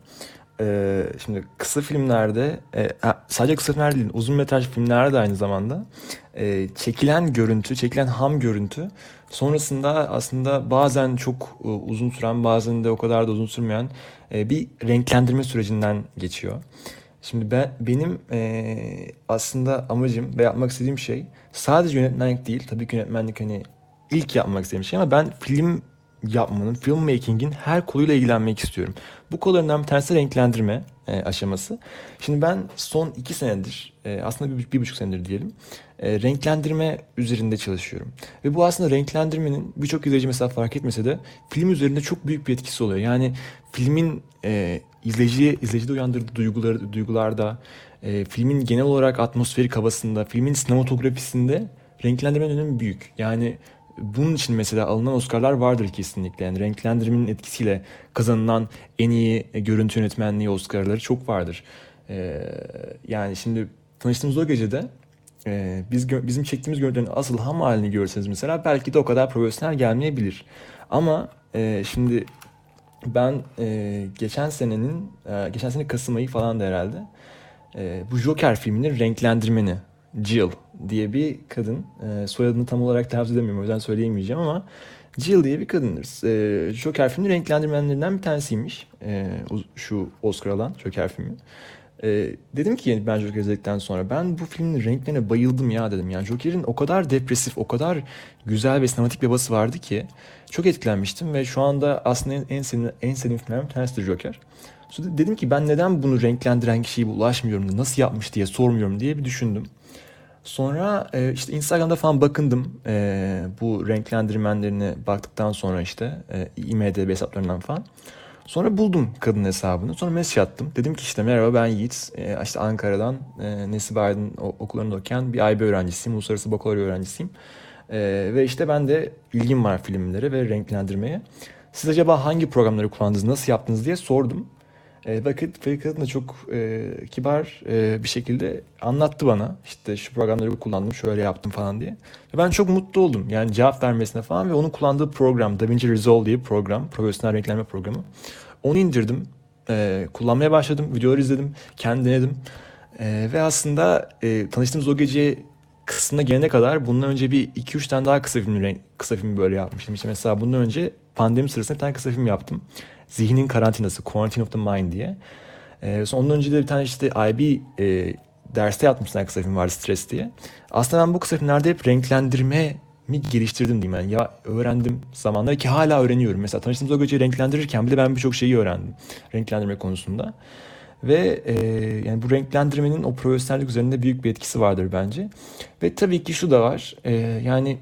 B: e, şimdi kısa filmlerde e, ha, sadece kısa filmler değil uzun metraj filmlerde de aynı zamanda e, çekilen görüntü, çekilen ham görüntü sonrasında aslında bazen çok e, uzun süren bazen de o kadar da uzun sürmeyen e, bir renklendirme sürecinden geçiyor. Şimdi ben benim e, aslında amacım ve yapmak istediğim şey sadece yönetmenlik değil. Tabii ki yönetmenlik hani ilk yapmak istediğim şey ama ben film yapmanın, filmmaking'in her koluyla ilgilenmek istiyorum. Bu kollarından bir tanesi renklendirme e, aşaması. Şimdi ben son iki senedir, e, aslında bir, bir buçuk senedir diyelim, e, renklendirme üzerinde çalışıyorum. Ve bu aslında renklendirmenin birçok izleyici mesela fark etmese de film üzerinde çok büyük bir etkisi oluyor. Yani filmin e, izleyiciye, izleyicide uyandırdığı duyguları, duygularda, e, filmin genel olarak atmosferik havasında, filmin sinematografisinde renklendirmenin önemi büyük. Yani bunun için mesela alınan Oscar'lar vardır kesinlikle. Yani renklendirmenin etkisiyle kazanılan en iyi görüntü yönetmenliği Oscar'ları çok vardır. Ee, yani şimdi tanıştığımız o gecede e, biz gö- bizim çektiğimiz görüntülerin asıl ham halini görseniz mesela belki de o kadar profesyonel gelmeyebilir. Ama e, şimdi ben e, geçen senenin e, geçen sene Kasım ayı falan da herhalde e, bu Joker filminin renklendirmeni Jill diye bir kadın. E, soyadını tam olarak telaffuz edemiyorum o yüzden söyleyemeyeceğim ama Jill diye bir kadındır. E, Joker filminin renklendirmenlerinden bir tanesiymiş. E, şu Oscar alan Joker filmi. E, dedim ki ben Joker izledikten sonra ben bu filmin renklerine bayıldım ya dedim. Yani Joker'in o kadar depresif, o kadar güzel ve sinematik bir havası vardı ki çok etkilenmiştim ve şu anda aslında en, en sevdiğim, en sevdiğim filmlerden bir tanesidir Joker. Sonra dedim ki ben neden bunu renklendiren kişiye ulaşmıyorum da nasıl yapmış diye sormuyorum diye bir düşündüm. Sonra e, işte Instagram'da falan bakındım e, bu renklendirmenlerine baktıktan sonra işte e, IMDb hesaplarından falan. Sonra buldum kadın hesabını. Sonra mesaj attım. Dedim ki işte merhaba ben Yiğit. E, işte Ankara'dan e, Nesibe Aydın okullarında okuyan bir I B öğrencisiyim. Uluslararası bakalorya öğrencisiyim. E, ve işte ben de ilgim var filmlere ve renklendirmeye. Siz acaba hangi programları kullandınız, nasıl yaptınız diye sordum. E, vakit ve kadın da çok e, kibar e, bir şekilde anlattı bana. İşte şu programları kullandım, şöyle yaptım falan diye. Ve ben çok mutlu oldum. Yani cevap vermesine falan ve onun kullandığı program, DaVinci Resolve diye bir program, profesyonel renklenme programı. Onu indirdim, e, kullanmaya başladım, videoları izledim, kendi denedim. E, ve aslında e, tanıştığımız o gece kısmına gelene kadar bundan önce bir iki üç tane daha kısa film kısa film böyle yapmıştım. İşte mesela bundan önce pandemi sırasında bir tane kısa film yaptım. Zihnin Karantinası, Quarantine of the Mind diye. Ee, sonra ondan önce de bir tane işte I B e, derste yapmışlar kısa film vardı Stres diye. Aslında ben bu kısa filmlerde hep renklendirme mi geliştirdim diyeyim yani. Ya öğrendim zamanlar ki hala öğreniyorum. Mesela tanıştığımız o geceyi renklendirirken bile ben birçok şeyi öğrendim. Renklendirme konusunda. Ve e, yani bu renklendirmenin o profesyonellik üzerinde büyük bir etkisi vardır bence. Ve tabii ki şu da var. E, yani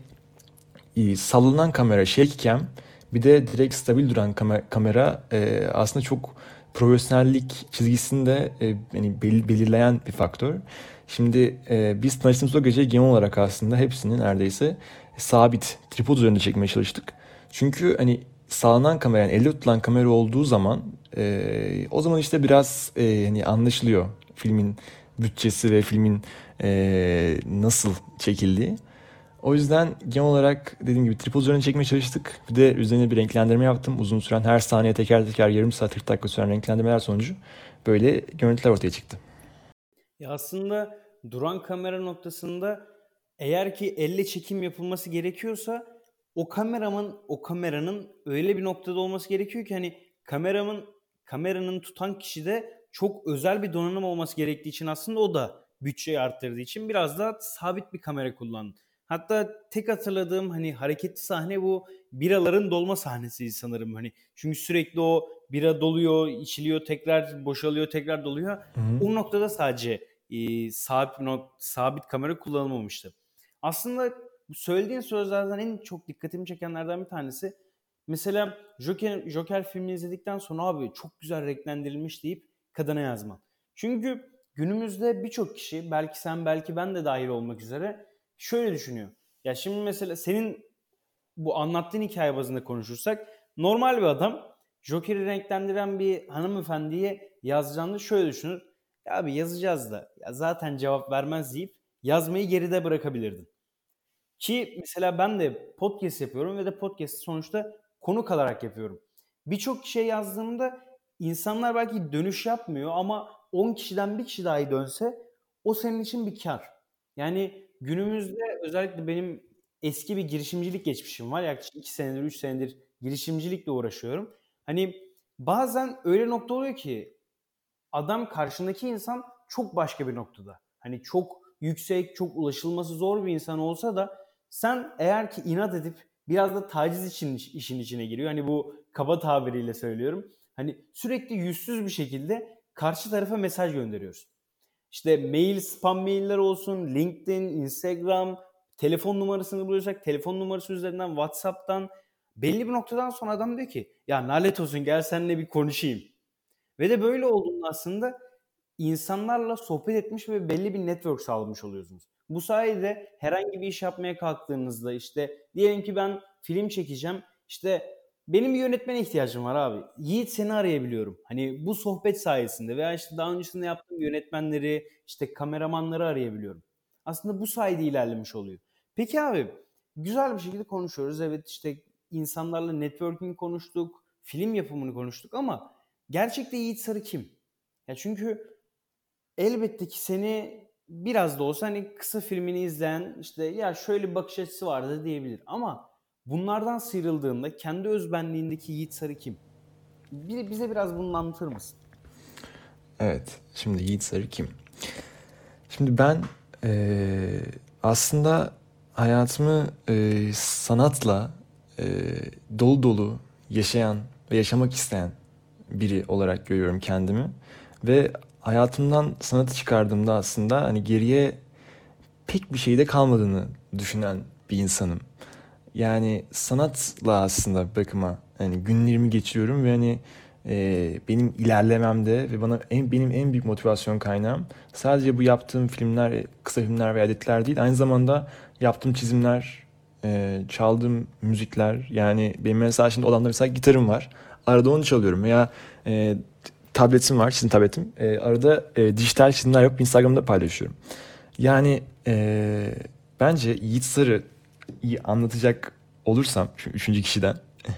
B: e, sallanan kamera, shaky cam, bir de direkt stabil duran kamera, kamera e, aslında çok profesyonellik çizgisini de e, yani bel- belirleyen bir faktör. Şimdi e, biz tanıştığımız o gece genel olarak aslında hepsini neredeyse sabit tripod üzerinde çekmeye çalıştık. Çünkü hani sallanan kamera, yani elde tutulan kamera olduğu zaman e, o zaman işte biraz e, hani anlaşılıyor filmin bütçesi ve filmin e, nasıl çekildiği. O yüzden genel olarak dediğim gibi tripod üzerine çekmeye çalıştık. Bir de üzerine bir renklendirme yaptım. Uzun süren her saniye teker teker yarım saat kırk dakika süren renklendirmeler sonucu böyle görüntüler ortaya çıktı.
A: Ya aslında duran kamera noktasında eğer ki elle çekim yapılması gerekiyorsa o kameramın o kameranın öyle bir noktada olması gerekiyor ki hani kameramın kameranın tutan kişi de çok özel bir donanım olması gerektiği için aslında o da bütçeyi arttırdığı için biraz daha sabit bir kamera kullandı. Hatta tek hatırladığım hani hareketli sahne bu biraların dolma sahnesiydi sanırım. Hani çünkü sürekli o bira doluyor, içiliyor, tekrar boşalıyor, tekrar doluyor.
B: Hı hı.
A: O noktada sadece e, sabit bir nok- sabit kamera kullanılmamıştı. Aslında bu söylediğin sözlerden en çok dikkatimi çekenlerden bir tanesi mesela Joker, Joker filmini izledikten sonra abi çok güzel renklendirilmiş deyip kadına yazman. Çünkü günümüzde birçok kişi belki sen belki ben de dahil olmak üzere şöyle düşünüyor. Ya şimdi mesela senin bu anlattığın hikaye bazında konuşursak normal bir adam Joker'i renklendiren bir hanımefendiye yazacağını şöyle düşünür. Ya abi yazacağız da ya zaten cevap vermez deyip yazmayı geride bırakabilirdin. Ki mesela ben de podcast yapıyorum ve de podcast'i sonuçta konuk alarak yapıyorum. Birçok kişiye yazdığımda insanlar belki dönüş yapmıyor ama on kişiden bir kişi dahi dönse o senin için bir kar. Yani günümüzde özellikle benim eski bir girişimcilik geçmişim var. Yaklaşık iki senedir, üç senedir girişimcilikle uğraşıyorum. Hani bazen öyle nokta oluyor ki adam karşındaki insan çok başka bir noktada. Hani çok yüksek, çok ulaşılması zor bir insan olsa da sen eğer ki inat edip biraz da taciz için işin içine giriyor. Hani bu kaba tabiriyle söylüyorum. Hani sürekli yüzsüz bir şekilde karşı tarafa mesaj gönderiyorsun. İşte mail, spam mailler olsun, LinkedIn, Instagram, telefon numarasını buluyorsak telefon numarası üzerinden, WhatsApp'tan belli bir noktadan sonra adam diyor ki ya nalet olsun gel seninle bir konuşayım. Ve de böyle olduğunda aslında insanlarla sohbet etmiş ve belli bir network sağlamış oluyorsunuz. Bu sayede herhangi bir iş yapmaya kalktığınızda işte diyelim ki ben film çekeceğim. İşte benim bir yönetmene ihtiyacım var abi. Yiğit seni arayabiliyorum. Hani bu sohbet sayesinde veya işte daha öncesinde yaptığım yönetmenleri, işte kameramanları arayabiliyorum. Aslında bu sayede ilerlemiş oluyor. Peki abi güzel bir şekilde konuşuyoruz. Evet işte insanlarla networking konuştuk, film yapımını konuştuk ama gerçekte Yiğit Sarı kim? Ya çünkü elbette ki seni biraz da olsa hani kısa filmini izleyen işte ya şöyle bir bakış açısı vardı diyebilir. Ama bunlardan sıyrıldığında kendi özbenliğindeki Yiğit Sarı kim? Bir, bize biraz bunu anlatır mısın?
B: Evet. Şimdi Yiğit Sarı kim? Şimdi ben eee, aslında hayatımı eee, sanatla eee, dolu dolu yaşayan ve yaşamak isteyen biri olarak görüyorum kendimi. Ve hayatımdan sanatı çıkardığımda aslında hani geriye pek bir şey de kalmadığını düşünen bir insanım. Yani sanatla aslında bakıma hani günlerimi geçiriyorum ve hani e, benim ilerlememde ve bana en benim en büyük motivasyon kaynağım sadece bu yaptığım filmler, kısa filmler veya editler değil, aynı zamanda yaptığım çizimler, e, çaldığım müzikler. Yani benim mesela şimdi odamda mesela gitarım var. Arada onu çalıyorum veya e, tabletim var, çizim tabletim. E, arada e, dijital çizimler yapıp Instagram'da paylaşıyorum. Yani e, bence Yiğit Sarı iyi anlatacak olursam şu üçüncü kişiden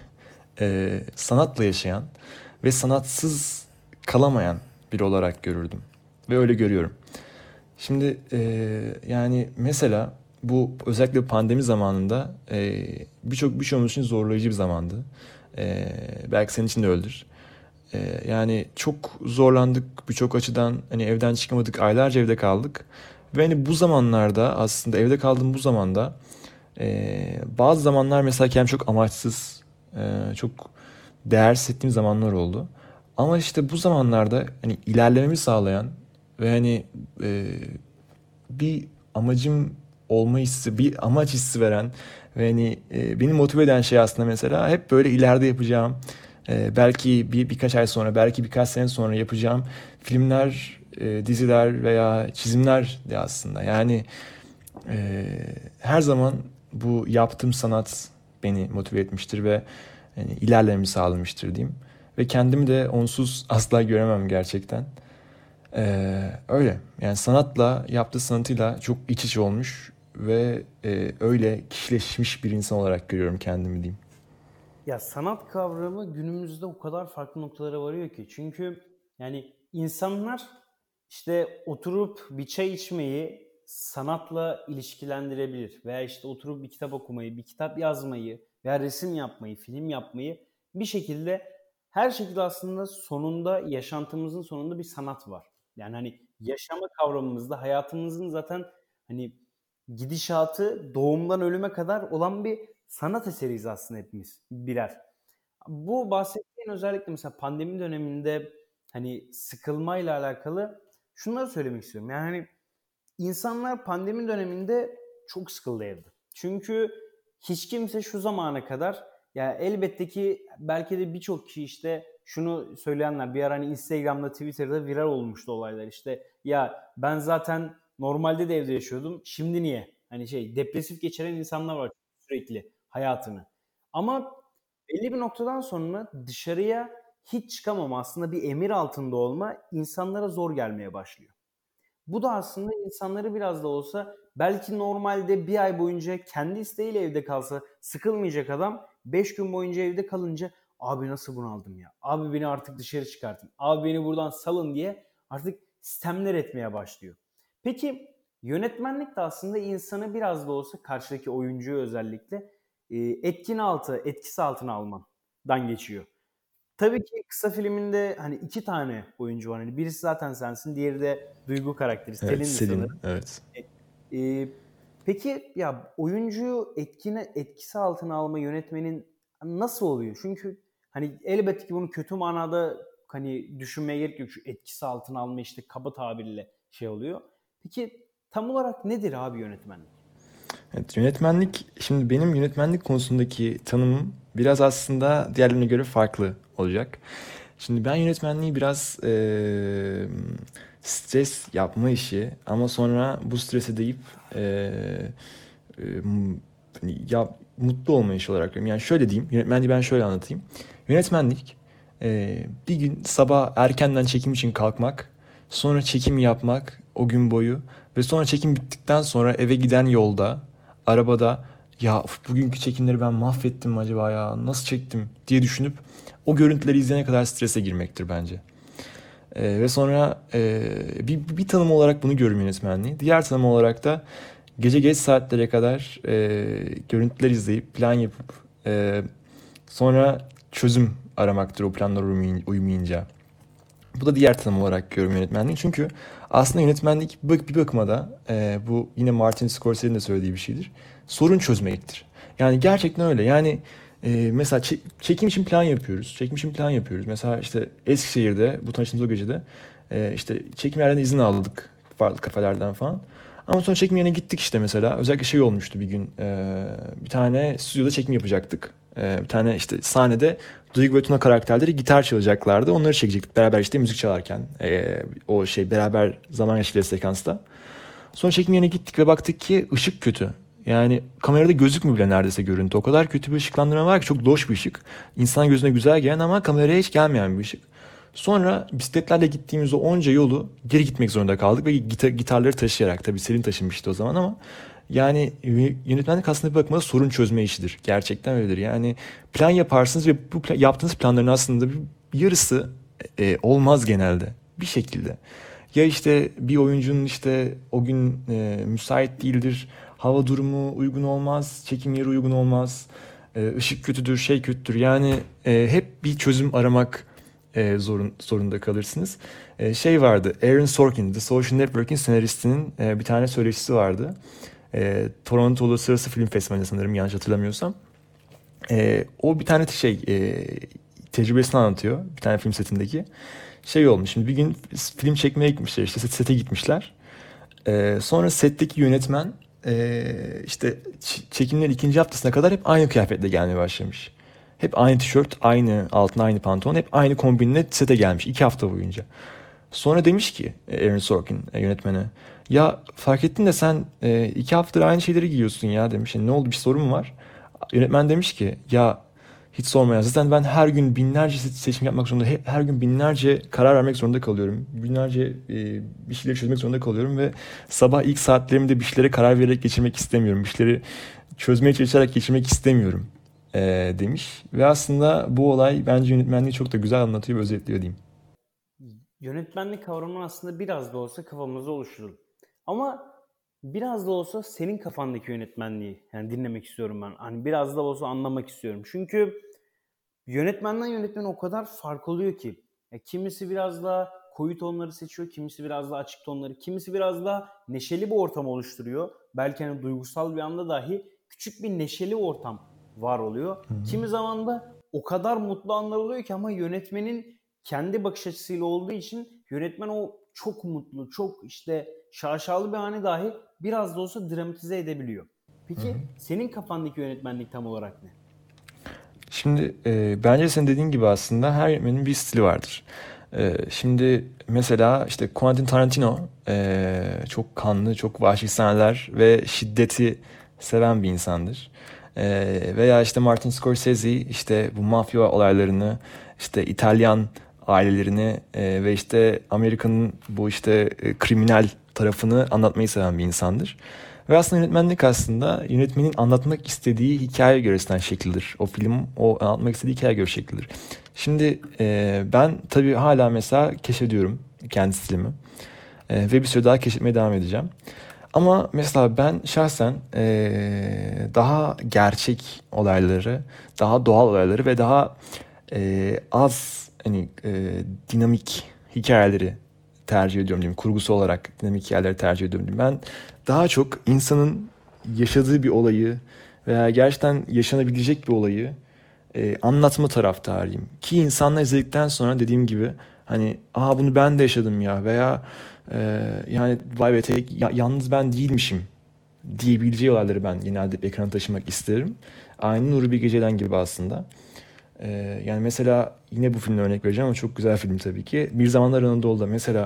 B: e, sanatla yaşayan ve sanatsız kalamayan biri olarak görürdüm. Ve öyle görüyorum. Şimdi e, yani mesela bu özellikle pandemi zamanında e, birçok birçoğumuz için zorlayıcı bir zamandı. E, belki senin için de öyledir. E, yani çok zorlandık birçok açıdan. Hani evden çıkamadık, aylarca evde kaldık. Ve hani bu zamanlarda aslında evde kaldığım bu zamanda ee, bazı zamanlar mesela kendimi çok amaçsız, e, çok değersiz hissettiğim zamanlar oldu. Ama işte bu zamanlarda hani ilerlememi sağlayan ve hani e, bir amacım olma hissi, bir amaç hissi veren ve hani e, beni motive eden şey aslında mesela hep böyle ileride yapacağım, e, belki bir birkaç ay sonra, belki birkaç sene sonra yapacağım filmler, e, diziler veya çizimler de aslında. Yani e, her zaman bu yaptığım sanat beni motive etmiştir ve yani ilerlememi sağlamıştır diyeyim. Ve kendimi de onsuz asla göremem gerçekten. Ee, öyle. Yani sanatla, yaptığı sanatıyla çok iç içe olmuş ve e, öyle kişileşmiş bir insan olarak görüyorum kendimi diyeyim.
A: Ya sanat kavramı günümüzde o kadar farklı noktalara varıyor ki. Çünkü yani insanlar işte oturup bir çay içmeyi sanatla ilişkilendirebilir. Veya işte oturup bir kitap okumayı, bir kitap yazmayı veya resim yapmayı, film yapmayı bir şekilde her şekilde aslında sonunda yaşantımızın sonunda bir sanat var. Yani hani yaşama kavramımızda hayatımızın zaten hani gidişatı doğumdan ölüme kadar olan bir sanat eseriyiz aslında hepimiz birer. Bu bahsettiğin özellikle mesela pandemi döneminde hani sıkılmayla alakalı şunları söylemek istiyorum. Yani hani insanlar pandemi döneminde çok sıkıldı evde. Çünkü hiç kimse şu zamana kadar ya elbette ki belki de birçok kişi işte şunu söyleyenler bir ara hani Instagram'da Twitter'da viral olmuştu olaylar işte ya ben zaten normalde de evde yaşıyordum şimdi niye? Hani şey depresif geçiren insanlar var sürekli hayatını. Ama belli bir noktadan sonra dışarıya hiç çıkamama aslında bir emir altında olma insanlara zor gelmeye başlıyor. Bu da aslında insanları biraz da olsa belki normalde bir ay boyunca kendi isteğiyle evde kalsa sıkılmayacak adam beş gün boyunca evde kalınca abi nasıl bunaldım ya. Abi beni artık dışarı çıkartın. Abi beni buradan salın diye artık sistemler etmeye başlıyor. Peki yönetmenlik de aslında insanı biraz da olsa karşıdaki oyuncuyu özellikle e, etkin altı, etkisi altına almandan geçiyor. Tabii ki kısa filminde hani iki tane oyuncu var. Hani birisi zaten sensin, diğeri de Duygu karakteri.
B: Evet,
A: Selin'di
B: Selin.
A: sanırım.
B: Evet.
A: E, e, peki ya oyuncuyu etkine etkisi altına alma yönetmenin nasıl oluyor? Çünkü hani elbette ki bunu kötü manada hani düşünmeye gerek yok. Şu etkisi altına alma işte kaba tabirle şey oluyor. Peki tam olarak nedir abi yönetmenlik?
B: Evet, yönetmenlik, şimdi benim yönetmenlik konusundaki tanımım biraz aslında diğerlerine göre farklı olacak. Şimdi ben yönetmenliği biraz eee, stres yapma işi ama sonra bu strese deyip eee, eee, m- ya mutlu olma işi olarak görüyorum. Yani şöyle diyeyim, yönetmenliği ben şöyle anlatayım. Yönetmenlik eee, bir gün sabah erkenden çekim için kalkmak, sonra çekim yapmak o gün boyu ve sonra çekim bittikten sonra eve giden yolda, arabada ya of, bugünkü çekimleri ben mahvettim mi acaba ya nasıl çektim diye düşünüp o görüntüleri izleyene kadar strese girmektir bence. Ee, ve sonra e, bir, bir tanım olarak bunu görüyorum yönetmenliği. Diğer tanım olarak da gece geç saatlere kadar e, görüntüler izleyip plan yapıp e, sonra çözüm aramaktır o planlar uymayınca. Bu da diğer tanım olarak görüyorum yönetmenliği. Çünkü aslında yönetmenlik bir bakıma da e, bu yine Martin Scorsese'nin de söylediği bir şeydir. Sorun çözmektir. Yani gerçekten öyle. Yani e, mesela çe- çekim için plan yapıyoruz. Çekim için plan yapıyoruz. Mesela işte Eskişehir'de bu tanıştığımız o gecede e, işte çekim yerlerine izin aldık. Farklı kafelerden falan. Ama sonra çekim yerine gittik işte mesela. Özellikle şey olmuştu bir gün. E, bir tane stüdyoda çekim yapacaktık. E, bir tane işte sahnede Duygu ve Tuna karakterleri gitar çalacaklardı. Onları çekecektik beraber işte müzik çalarken. Ee, o şey beraber zaman geçirdiği sekansta. Sonra çekim yerine gittik ve baktık ki ışık kötü. Yani kamerada gözükmüyor bile neredeyse görüntü. O kadar kötü bir ışıklandırma var ki çok loş bir ışık. İnsan gözüne güzel gelen ama kameraya hiç gelmeyen bir ışık. Sonra bisikletlerle gittiğimiz o onca yolu geri gitmek zorunda kaldık ve gitar, gitarları taşıyarak. Tabii Selin taşımıştı o zaman ama yani yönetmenlik aslında bir bakıma sorun çözme işidir. Gerçekten öyledir. Yani plan yaparsınız ve bu plan, yaptığınız planların aslında bir yarısı e, olmaz genelde bir şekilde. Ya işte bir oyuncunun işte o gün e, müsait değildir, hava durumu uygun olmaz, çekim yeri uygun olmaz, e, ışık kötüdür, şey kötüdür. Yani e, hep bir çözüm aramak e, zorun, zorunda kalırsınız. E, şey vardı, Aaron Sorkin, The Social Network'in senaristinin e, bir tane söyleşisi vardı. E, Toronto Uluslararası Film Festivali'nde sanırım yanlış hatırlamıyorsam. E, o bir tane şey e, tecrübesini anlatıyor. Bir tane film setindeki. Şey olmuş. Şimdi bir gün film çekmeye gitmişler. İşte sete gitmişler. E, sonra setteki yönetmen e, işte çekimlerin ikinci haftasına kadar hep aynı kıyafetle gelmeye başlamış. Hep aynı tişört, aynı altına aynı pantolon, hep aynı kombinle sete gelmiş iki hafta boyunca. Sonra demiş ki Aaron Sorkin yönetmene, ya fark ettin de sen e, iki haftadır aynı şeyleri giyiyorsun ya demiş. Yani ne oldu, bir sorun mu var? Yönetmen demiş ki ya hiç sorma ya, zaten ben her gün binlerce seçim yapmak zorunda, her gün binlerce karar vermek zorunda kalıyorum. Binlerce e, bir şeyleri çözmek zorunda kalıyorum ve sabah ilk saatlerimde bir şeylere karar vererek geçirmek istemiyorum. Bir şeyleri çözmeye çalışarak geçirmek istemiyorum e, demiş. Ve aslında bu olay bence yönetmenliği çok da güzel anlatıyor ve özetliyor diyeyim.
A: Yönetmenlik kavramını aslında biraz da olsa kafamızda oluşturalım. Ama biraz da olsa senin kafandaki yönetmenliği yani dinlemek istiyorum ben. Hani biraz da olsa anlamak istiyorum. Çünkü Yönetmenden yönetmene o kadar fark oluyor ki. Ya kimisi biraz daha koyu tonları seçiyor, kimisi biraz daha açık tonları, kimisi biraz daha neşeli bir ortam oluşturuyor. Belki hani duygusal bir anda dahi küçük bir neşeli ortam var oluyor.
B: Hı hı.
A: Kimi zaman da o kadar mutlu anlar oluyor ki ama yönetmenin kendi bakış açısıyla olduğu için yönetmen o çok mutlu, çok işte şaşalı bir anı dahi biraz da olsa dramatize edebiliyor.
B: Hı hı.
A: Peki senin kafandaki yönetmenlik tam olarak ne?
B: Şimdi e, bence senin dediğin gibi aslında her yönetmenin bir stili vardır. E, şimdi mesela işte Quentin Tarantino e, çok kanlı, çok vahşi sahneler ve şiddeti seven bir insandır. E, Veya işte Martin Scorsese işte bu mafya olaylarını, işte İtalyan ailelerini e, ve işte Amerika'nın bu işte e, kriminal tarafını anlatmayı seven bir insandır. Ve aslında yönetmenlik aslında yönetmenin anlatmak istediği hikaye göresinden şekildir. O film o anlatmak istediği hikaye göre şekildir. Şimdi e, ben tabii hala mesela keşfediyorum kendi stilimi. E, ve bir süre daha keşfetmeye devam edeceğim. Ama mesela ben şahsen e, daha gerçek olayları, daha doğal olayları ve daha e, az hani e, dinamik hikayeleri tercih ediyorum diyeyim. Kurgusu olarak dinamik hikayeleri tercih ediyorum diyeyim. Ben daha çok insanın yaşadığı bir olayı veya gerçekten yaşanabilecek bir olayı e, anlatma taraftarıyım. Ki insanlar izledikten sonra dediğim gibi hani aa bunu ben de yaşadım ya veya e, yani vay be tek, ya- yalnız ben değilmişim diyebileceği olayları ben genelde ekrana taşımak isterim. Aynı Nuri Bilge Ceylan gibi aslında. Ee, yani mesela yine bu filmden örnek vereceğim ama çok güzel film tabii ki. Bir Zamanlar Anadolu'da mesela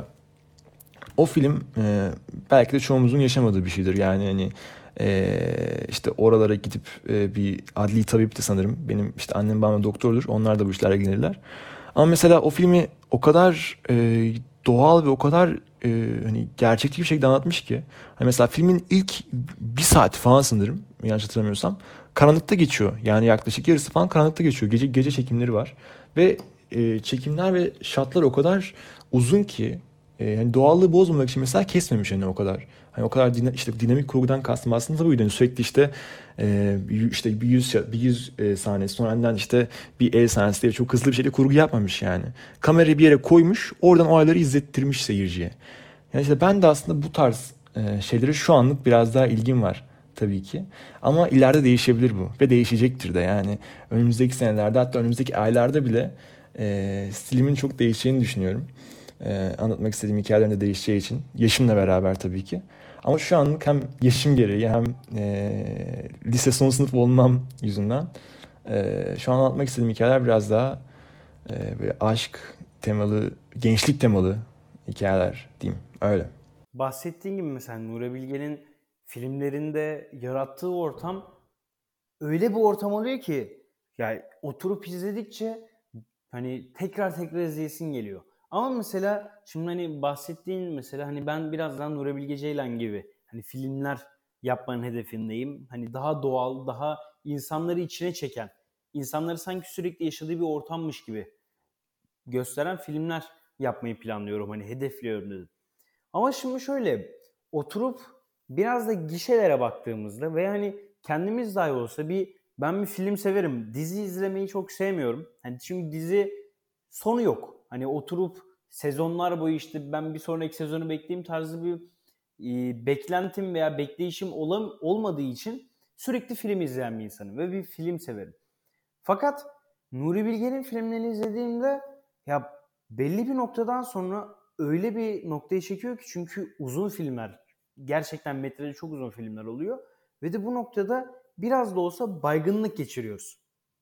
B: o film e, belki de çoğumuzun yaşamadığı bir şeydir. Yani hani e, işte oralara gidip e, bir adli tabip de sanırım. Benim işte annem babam doktordur. Onlar da bu işlerle ilgilenirler. Ama mesela o filmi o kadar e, doğal ve o kadar e, hani gerçekçi bir şekilde anlatmış ki. Hani mesela filmin ilk bir saati falan sanırım yanlış hatırlamıyorsam karanlıkta geçiyor. Yani yaklaşık yarısı falan karanlıkta geçiyor. Gece gece çekimleri var ve e, çekimler ve şartlar o kadar uzun ki e, yani doğallığı bozmamak için mesela kesmemiş hani o kadar. Hani o kadar dina- işte dinamik kurgudan kastım aslında buydu. Yani sürekli işte e, bir- işte bir yüz bir yüz e, sahnesi sonra önden işte bir el sahnesi diye çok hızlı bir şekilde kurgu yapmamış yani. Kamerayı bir yere koymuş, oradan olayları izlettirmiş seyirciye. Yani işte ben de aslında bu tarz e, şeylere şu anlık biraz daha ilgim var tabii ki. Ama ileride değişebilir bu ve değişecektir de yani önümüzdeki senelerde hatta önümüzdeki aylarda bile e, stilimin çok değişeceğini düşünüyorum. E, anlatmak istediğim hikayelerin de değişeceği için. Yaşımla beraber tabii ki. Ama şu anlık hem yaşım gereği hem e, lise son sınıf olmam yüzünden e, şu an anlatmak istediğim hikayeler biraz daha e, böyle aşk temalı, gençlik temalı hikayeler diyeyim. Öyle.
A: Bahsettiğin gibi mesela Nuri Bilge'nin filmlerinde yarattığı ortam öyle bir ortam oluyor ki yani oturup izledikçe hani tekrar tekrar izleyesin geliyor. Ama mesela şimdi hani bahsettiğin mesela hani ben birazdan Nuri Bilge Ceylan gibi hani filmler yapmanın hedefindeyim. Hani daha doğal, daha insanları içine çeken, insanları sanki sürekli yaşadığı bir ortammış gibi gösteren filmler yapmayı planlıyorum. Hani hedefliyorum dedim. Ama şimdi şöyle oturup biraz da gişelere baktığımızda ve hani kendimiz dahi olsa bir ben bir film severim. Dizi izlemeyi çok sevmiyorum. Hani çünkü dizi sonu yok. Hani oturup sezonlar boyu işte ben bir sonraki sezonu bekleyeyim tarzı bir e, beklentim veya bekleyişim olam, olmadığı için sürekli film izleyen bir insanım ve bir film severim. Fakat Nuri Bilge'nin filmlerini izlediğimde ya belli bir noktadan sonra öyle bir noktaya çekiyor ki çünkü uzun filmler gerçekten metreli çok uzun filmler oluyor ve de bu noktada biraz da olsa baygınlık geçiriyoruz.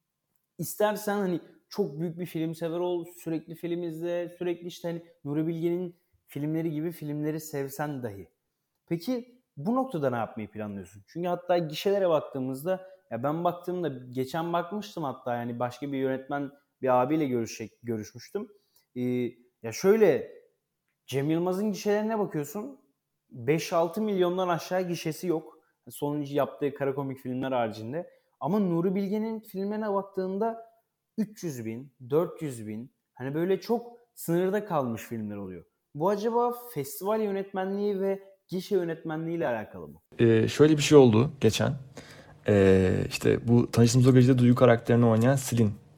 A: İstersen hani çok büyük bir film sever ol, sürekli film izle, sürekli işte hani Nuri Bilge'nin filmleri gibi filmleri sevsen dahi. Peki bu noktada ne yapmayı planlıyorsun? Çünkü hatta gişelere baktığımızda ya ben baktığımda geçen bakmıştım hatta yani başka bir yönetmen bir abiyle görüşecek, görüşmüştüm. Ee, ya şöyle Cem Yılmaz'ın gişelerine bakıyorsun beş altı milyondan aşağı gişesi yok. Sonuncu yaptığı kara komik filmler haricinde. Ama Nuri Bilge'nin filmlerine baktığında üç yüz bin, dört yüz bin hani böyle çok sınırda kalmış filmler oluyor. Bu acaba festival yönetmenliği ve gişe yönetmenliği ile alakalı mı?
B: Ee, şöyle bir şey oldu geçen. Ee, işte bu Tanıştığımız o Gece'de Duygu karakterini oynayan Selin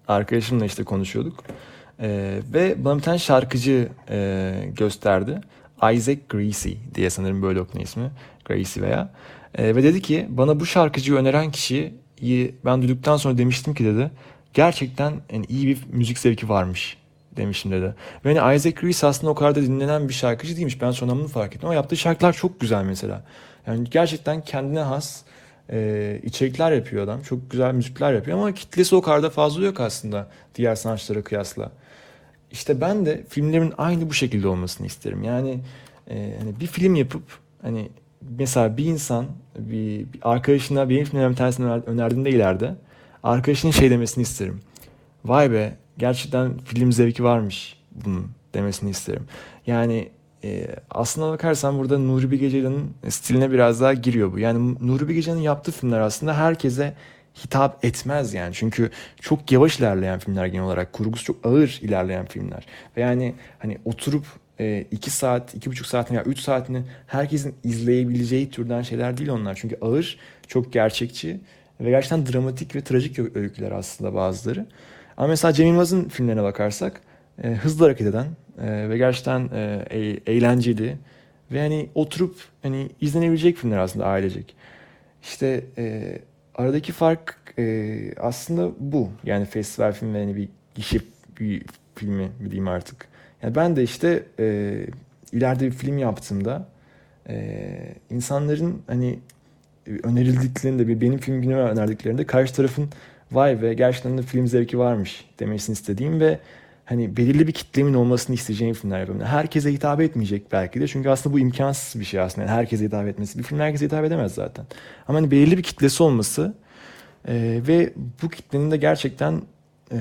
B: Arkadaşımla işte konuşuyorduk. Ee, ve bana bir tane şarkıcı e, gösterdi. Isaac Gracie diye sanırım böyle okunuyor ismi. Gracie veya. Ee, ve dedi ki bana bu şarkıcıyı öneren kişiyi ben duyduktan sonra demiştim ki dedi gerçekten yani iyi bir müzik zevki varmış demişim dedi. Ve hani Isaac Gracie aslında o kadar da dinlenen bir şarkıcı değilmiş. Ben sonra bunu fark ettim ama yaptığı şarkılar çok güzel mesela. Yani gerçekten kendine has e, içerikler yapıyor adam. Çok güzel müzikler yapıyor ama kitlesi o kadar da fazla yok aslında diğer sanatçılara kıyasla. İşte ben de filmlerimin aynı bu şekilde olmasını isterim. Yani e, hani bir film yapıp hani mesela bir insan bir, bir arkadaşına benim filmlerim bir tanesini önerdiğinde ileride arkadaşının şey demesini isterim. Vay be gerçekten film zevki varmış bunun demesini isterim. Yani e, aslına bakarsan burada Nuri Bilge Ceylan'ın stiline biraz daha giriyor bu. Yani Nuri Bilge Ceylan'ın yaptığı filmler aslında herkese hitap etmez yani. Çünkü çok yavaş ilerleyen filmler genel olarak. Kurgusu çok ağır ilerleyen filmler. Ve yani hani oturup e, iki saat, iki buçuk saatini ya üç saatini herkesin izleyebileceği türden şeyler değil onlar. Çünkü ağır, çok gerçekçi ve gerçekten dramatik ve trajik öyküler aslında bazıları. Ama mesela Cem Yılmaz'ın filmlerine bakarsak e, hızlı hareket eden e, ve gerçekten e, e, eğlenceli ve hani oturup hani izlenebilecek filmler aslında ailecek. İşte e, aradaki fark e, aslında bu. Yani festival filmi ve hani bir gişe bir filmi mi diyeyim artık. Yani ben de işte e, ileride bir film yaptığımda e, insanların hani önerildiklerinde bir benim film günüme önerdiklerinde karşı tarafın vay be gerçekten de film zevki varmış demesini istediğim ve hani belirli bir kitlemin olmasını isteyeceğim filmler yapıyorum. Herkese hitap etmeyecek belki de çünkü aslında bu imkansız bir şey aslında. Yani herkese hitap etmesi. Bir film herkese hitap edemez zaten. Ama hani belirli bir kitlesi olması e, ve bu kitlenin de gerçekten e,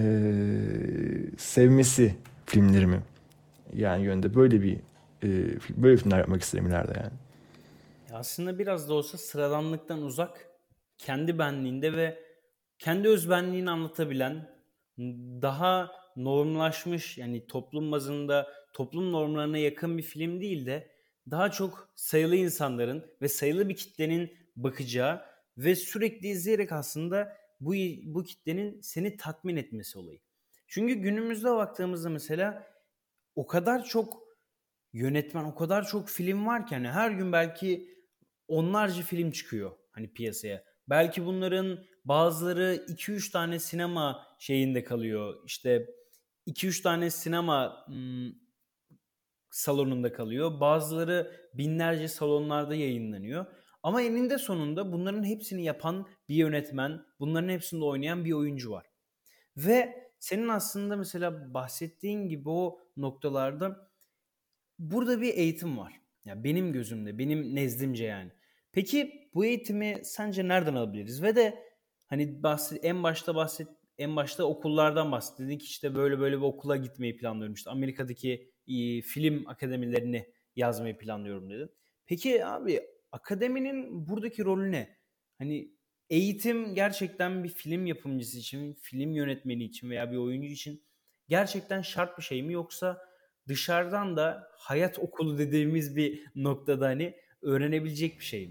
B: sevmesi filmlerimi yani yönde böyle bir e, böyle filmler yapmak isterim ileride yani.
A: Aslında biraz da olsa sıradanlıktan uzak, kendi benliğinde ve kendi özbenliğini anlatabilen, daha normlaşmış yani toplum bazında toplum normlarına yakın bir film değil de daha çok sayılı insanların ve sayılı bir kitlenin bakacağı ve sürekli izleyerek aslında bu bu kitlenin seni tatmin etmesi olayı. Çünkü günümüzde baktığımızda mesela o kadar çok yönetmen, o kadar çok film var ki hani her gün belki onlarca film çıkıyor hani piyasaya. Belki bunların bazıları iki üç tane sinema şeyinde kalıyor. İşte iki üç tane sinema ım, salonunda kalıyor. Bazıları binlerce salonlarda yayınlanıyor. Ama eninde sonunda bunların hepsini yapan bir yönetmen, bunların hepsinde oynayan bir oyuncu var. Ve senin aslında mesela bahsettiğin gibi o noktalarda burada bir eğitim var. Ya benim gözümde, benim nezdimce yani. Peki bu eğitimi sence nereden alabiliriz? Ve de hani bahset, en başta bahset en başta okullardan bahsettik. İşte böyle böyle bir okula gitmeyi planlıyorum. İşte Amerika'daki e, film akademilerini yazmayı planlıyorum dedin. Peki abi akademinin buradaki rolü ne? Hani eğitim gerçekten bir film yapımcısı için, film yönetmeni için veya bir oyuncu için gerçekten şart bir şey mi yoksa dışarıdan da hayat okulu dediğimiz bir noktada hani öğrenebilecek bir şey mi?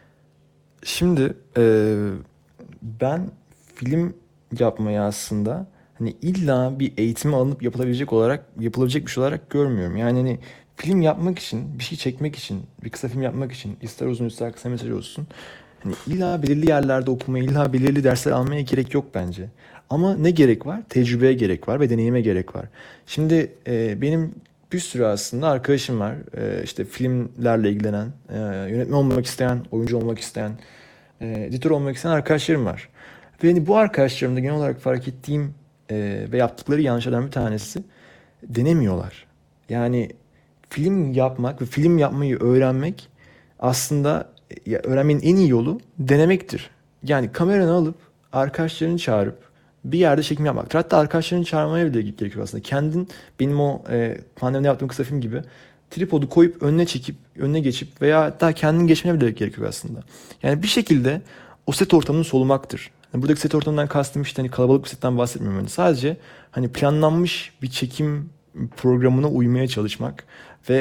B: Şimdi e, ben film yapmayı aslında hani illa bir eğitimi alınıp yapılabilecek olarak yapılabilecek bir şey olarak görmüyorum. Yani hani film yapmak için, bir şey çekmek için, bir kısa film yapmak için ister uzun ister kısa mesaj olsun. Hani illa belirli yerlerde okumaya, illa belirli dersler almaya gerek yok bence. Ama ne gerek var? Tecrübeye gerek var ve deneyime gerek var. Şimdi e, benim bir sürü aslında arkadaşım var. E, işte filmlerle ilgilenen, e, yönetmen olmak isteyen, oyuncu olmak isteyen, e, editör olmak isteyen arkadaşlarım var. Ve hani bu arkadaşlarımda genel olarak fark ettiğim e, ve yaptıkları yanlışlardan bir tanesi denemiyorlar. Yani film yapmak ve film yapmayı öğrenmek aslında ya öğrenmenin en iyi yolu denemektir. Yani kameranı alıp arkadaşlarını çağırıp bir yerde çekim yapmaktır. Hatta arkadaşlarını çağırmaya bile gerekiyor aslında. Kendin benim o e, pandemide yaptığım kısa film gibi tripodu koyup önüne çekip önüne geçip veya hatta kendin geçmene bile gerekiyor aslında. Yani bir şekilde o set ortamını solumaktır. Yani buradaki set ortamından kastım işte hani kalabalık bir setten bahsetmiyorum. Yani sadece hani planlanmış bir çekim programına uymaya çalışmak ve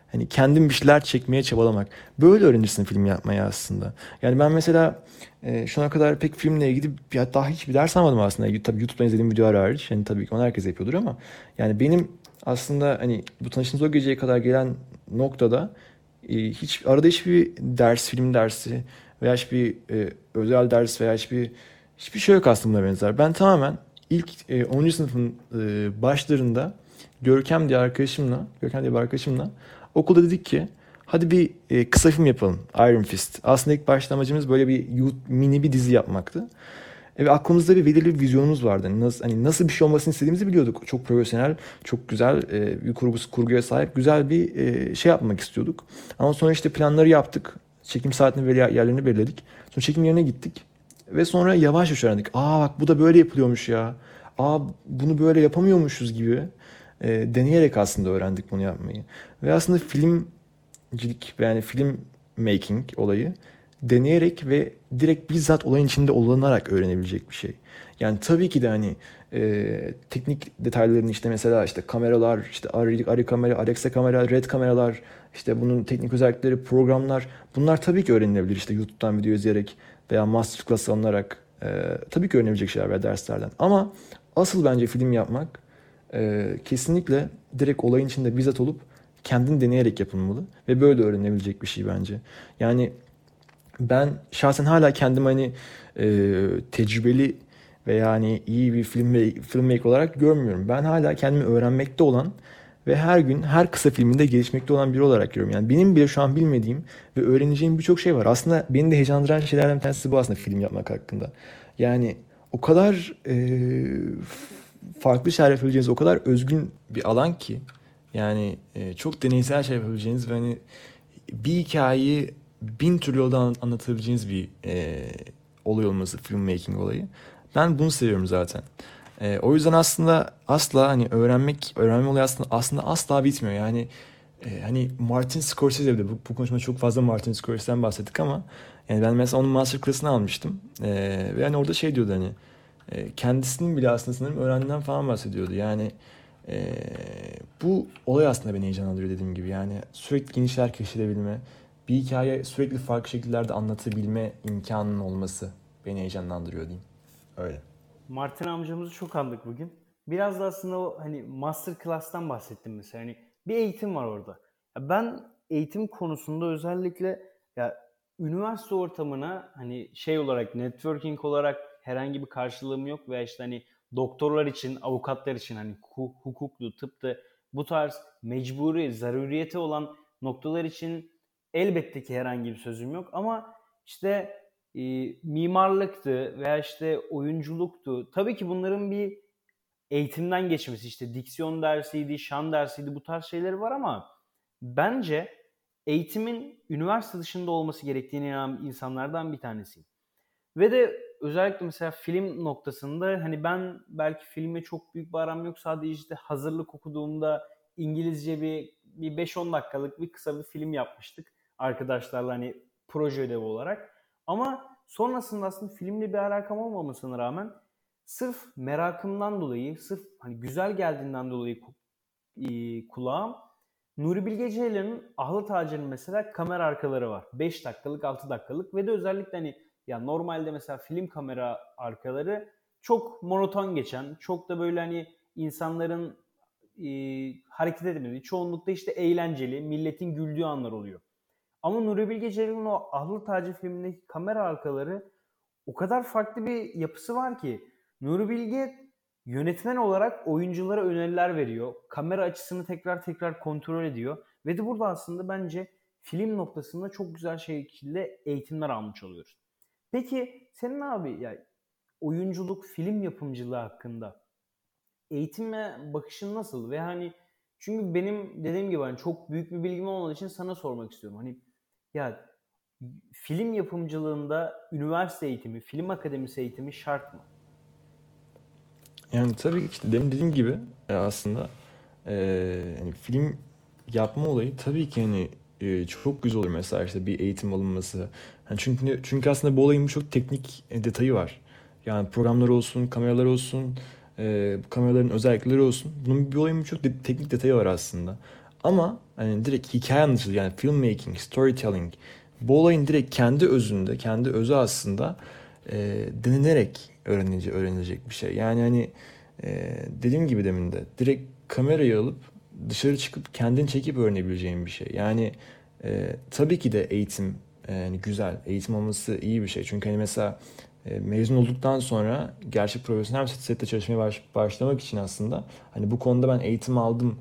B: hani kendim bir şeyler çekmeye çabalamak. Böyle öğrenirsin film yapmayı aslında. Yani ben mesela e, şu ana kadar pek filmle ilgili ya daha hiçbir ders almadım aslında. Tabii YouTube'dan izlediğim videolar hariç. Yani tabii ki onu herkes yapıyordur ama yani benim aslında hani bu tanıştığımız o geceye kadar gelen noktada e, hiç arada hiçbir ders, film dersi veya hiçbir e, özel ders veya hiçbir hiçbir şey yok aslında buna benzer. Ben tamamen ilk e, onuncu sınıfın e, başlarında Görkem diye arkadaşımla, Görkem diye bir arkadaşımla okulda dedik ki hadi bir e, kısa film yapalım. Iron Fist. Aslında ilk başta amacımız böyle bir yu- mini bir dizi yapmaktı. E, ve aklımızda bir belirli bir vizyonumuz vardı. Hani nasıl, hani nasıl bir şey olmasını istediğimizi biliyorduk. Çok profesyonel, çok güzel e, bir kurgusu, kurguya sahip güzel bir e, şey yapmak istiyorduk. Ama sonra işte planları yaptık. Çekim saatini ve yerlerini belirledik. Sonra çekim yerine gittik. Ve sonra yavaş yavaş öğrendik. Aa bak bu da böyle yapılıyormuş ya. Aa bunu böyle yapamıyormuşuz gibi. E, deneyerek aslında öğrendik bunu yapmayı. Ve aslında filmcilik yani film making olayı deneyerek ve direkt bizzat olayın içinde olunarak öğrenebilecek bir şey. Yani tabii ki de hani e, teknik detaylarını işte mesela işte kameralar, işte Arri, Arri kamera, Alexa kamera, Red kameralar, işte bunun teknik özellikleri, programlar bunlar tabii ki öğrenilebilir işte YouTube'dan video izleyerek veya masterclass alınarak e, tabii ki öğrenebilecek şeyler veya derslerden. Ama asıl bence film yapmak e, kesinlikle direkt olayın içinde bizzat olup kendini deneyerek yapılmalı ve böyle öğrenebilecek bir şey bence. Yani ben şahsen hala kendim hani e, tecrübeli veya hani iyi bir film filmmaker olarak görmüyorum. Ben hala kendimi öğrenmekte olan ve her gün her kısa filminde gelişmekte olan biri olarak görüyorum. Yani benim bile şu an bilmediğim ve öğreneceğim birçok şey var. Aslında beni de heyecanlandıran şeylerden bir tanesi bu aslında film yapmak hakkında. Yani o kadar e, farklı şeyler yapabileceğiniz, o kadar özgün bir alan ki yani e, çok deneysel şey yapabileceğiniz ve hani bir hikayeyi bin türlü yoldan anlatabileceğiniz bir e, olay olması filmmaking olayı. Ben bunu seviyorum zaten. E, o yüzden aslında asla hani öğrenmek, öğrenme olayı aslında, aslında asla bitmiyor. Yani e, hani Martin Scorsese de bu, bu konuşmada çok fazla Martin Scorsese'den bahsettik ama yani ben mesela onun masterclass'ını almıştım. E, ve hani orada şey diyordu hani e, kendisinin bile aslında sanırım öğrendiğinden falan bahsediyordu. Yani e, bu olay aslında beni heyecanlandırıyor dediğim gibi. Yani sürekli yeni şeyler keşfedebilme, bir hikaye sürekli farklı şekillerde anlatabilme imkanının olması beni heyecanlandırıyor diyeyim. Öyle.
A: Martin amcamızı çok andık bugün. Biraz da aslında o hani master class'tan bahsettim mesela. Hani bir eğitim var orada. Ya ben eğitim konusunda özellikle ya üniversite ortamına hani şey olarak networking olarak herhangi bir karşılığım yok veya işte hani doktorlar için, avukatlar için hani hu- hukuklu, tıpta bu tarz mecburi, zaruriyeti olan noktalar için elbette ki herhangi bir sözüm yok ama işte e, mimarlıktı veya işte oyunculuktu. Tabii ki bunların bir eğitimden geçmesi işte diksiyon dersiydi, şan dersiydi bu tarz şeyleri var ama bence eğitimin üniversite dışında olması gerektiğine inanan insanlardan bir tanesiyim. Ve de özellikle mesela film noktasında hani ben belki filme çok büyük bir aram yok. Sadece işte hazırlık okuduğumda İngilizce bir bir beş on dakikalık bir kısa bir film yapmıştık arkadaşlarla hani proje ödevi olarak. Ama sonrasında aslında filmle bir alakam olmamasına rağmen sırf merakımdan dolayı, sırf hani güzel geldiğinden dolayı e, kulağım Nuri Bilge Ceylan'ın Ahlat Ağacı'nın mesela kamera arkaları var. beş dakikalık, altı dakikalık ve de özellikle hani ya normalde mesela film kamera arkaları çok monoton geçen, çok da böyle hani insanların e, hareket edemediği, çoğunlukla işte eğlenceli, milletin güldüğü anlar oluyor. Ama Nuri Bilge Ceylan'ın o Ahlat Ağacı filmindeki kamera arkaları o kadar farklı bir yapısı var ki Nuri Bilge yönetmen olarak oyunculara öneriler veriyor. Kamera açısını tekrar tekrar kontrol ediyor. Ve de burada aslında bence film noktasında çok güzel şekilde eğitimler almış oluyoruz. Peki senin abi ya oyunculuk, film yapımcılığı hakkında eğitime bakışın nasıl? Ve hani çünkü benim dediğim gibi hani çok büyük bir bilgim olmadığı için sana sormak istiyorum. Hani ya film yapımcılığında üniversite eğitimi, film akademisi eğitimi şart mı?
B: Yani tabii ki işte demin dediğim gibi e, aslında e, hani film yapma olayı tabii ki hani e, çok güzel olur mesela işte bir eğitim alınması. Hani çünkü çünkü aslında bu olayın birçok teknik e, detayı var. Yani programlar olsun, kameralar olsun, e, bu kameraların özellikleri olsun. Bunun bir olayın birçok de- teknik detayı var aslında. Ama hani direkt hikaye anlatıcılığı yani filmmaking, storytelling bu olayın direkt kendi özünde, kendi özü aslında e, denenerek öğrenilecek, öğrenilecek bir şey. Yani hani e, dediğim gibi demin de direkt kamerayı alıp dışarı çıkıp kendin çekip öğrenebileceğin bir şey. Yani e, tabii ki de eğitim e, yani güzel, eğitim olması iyi bir şey. Çünkü hani mesela e, mezun olduktan sonra gerçek profesyonel bir sette çalışmaya baş, başlamak için aslında hani bu konuda ben eğitim aldım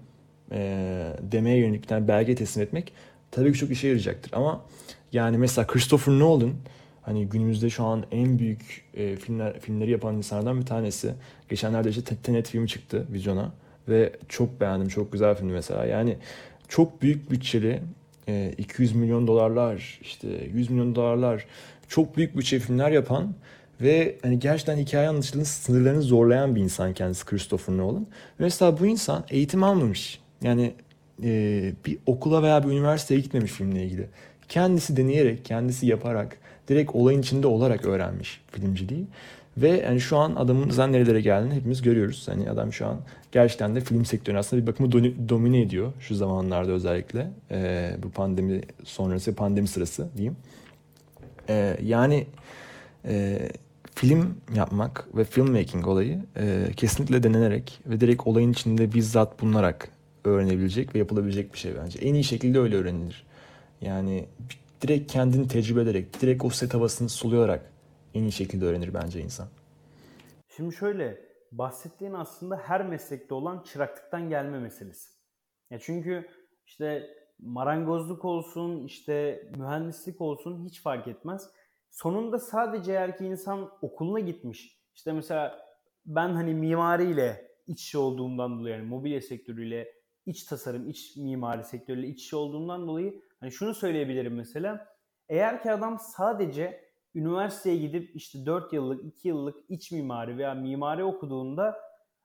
B: e, demeye yönelik bir tane belge teslim etmek tabii ki çok işe yarayacaktır. Ama yani mesela Christopher Nolan hani günümüzde şu an en büyük e, filmler filmleri yapan insanlardan bir tanesi. Geçenlerde işte Tenet filmi çıktı vizyona ve çok beğendim. Çok güzel filmdi mesela. Yani çok büyük bütçeli e, iki yüz milyon dolarlar işte yüz milyon dolarlar çok büyük bütçeli filmler yapan ve hani gerçekten hikaye anlatıcılığının sınırlarını zorlayan bir insan kendisi Christopher Nolan. Mesela bu insan eğitim almamış. Yani e, bir okula veya bir üniversiteye gitmemiş filmle ilgili. Kendisi deneyerek, kendisi yaparak, direkt olayın içinde olarak öğrenmiş filmciliği. Ve yani şu an adamın zaten nerelere geldiğini hepimiz görüyoruz. Hani adam şu an gerçekten de film sektörünü aslında bir bakıma domine ediyor şu zamanlarda özellikle. E, bu pandemi sonrası, pandemi sırası diyeyim. E, yani e, film yapmak ve filmmaking olayı e, kesinlikle denenerek ve direkt olayın içinde bizzat bulunarak öğrenebilecek ve yapılabilecek bir şey bence. En iyi şekilde öyle öğrenilir. Yani direkt kendini tecrübe ederek, direkt o set havasını soluyarak en iyi şekilde öğrenir bence insan.
A: Şimdi şöyle, bahsettiğin aslında her meslekte olan çıraklıktan gelme meselesi. Ya çünkü işte marangozluk olsun, işte mühendislik olsun hiç fark etmez. Sonunda sadece eğer ki insan okuluna gitmiş, işte mesela ben hani mimariyle iç içe olduğumdan dolayı yani mobilya sektörüyle, iç tasarım, iç mimari sektörüyle iç içe olduğumdan dolayı hani şunu söyleyebilirim mesela. Eğer ki adam sadece üniversiteye gidip işte dört yıllık, iki yıllık iç mimari veya mimari okuduğunda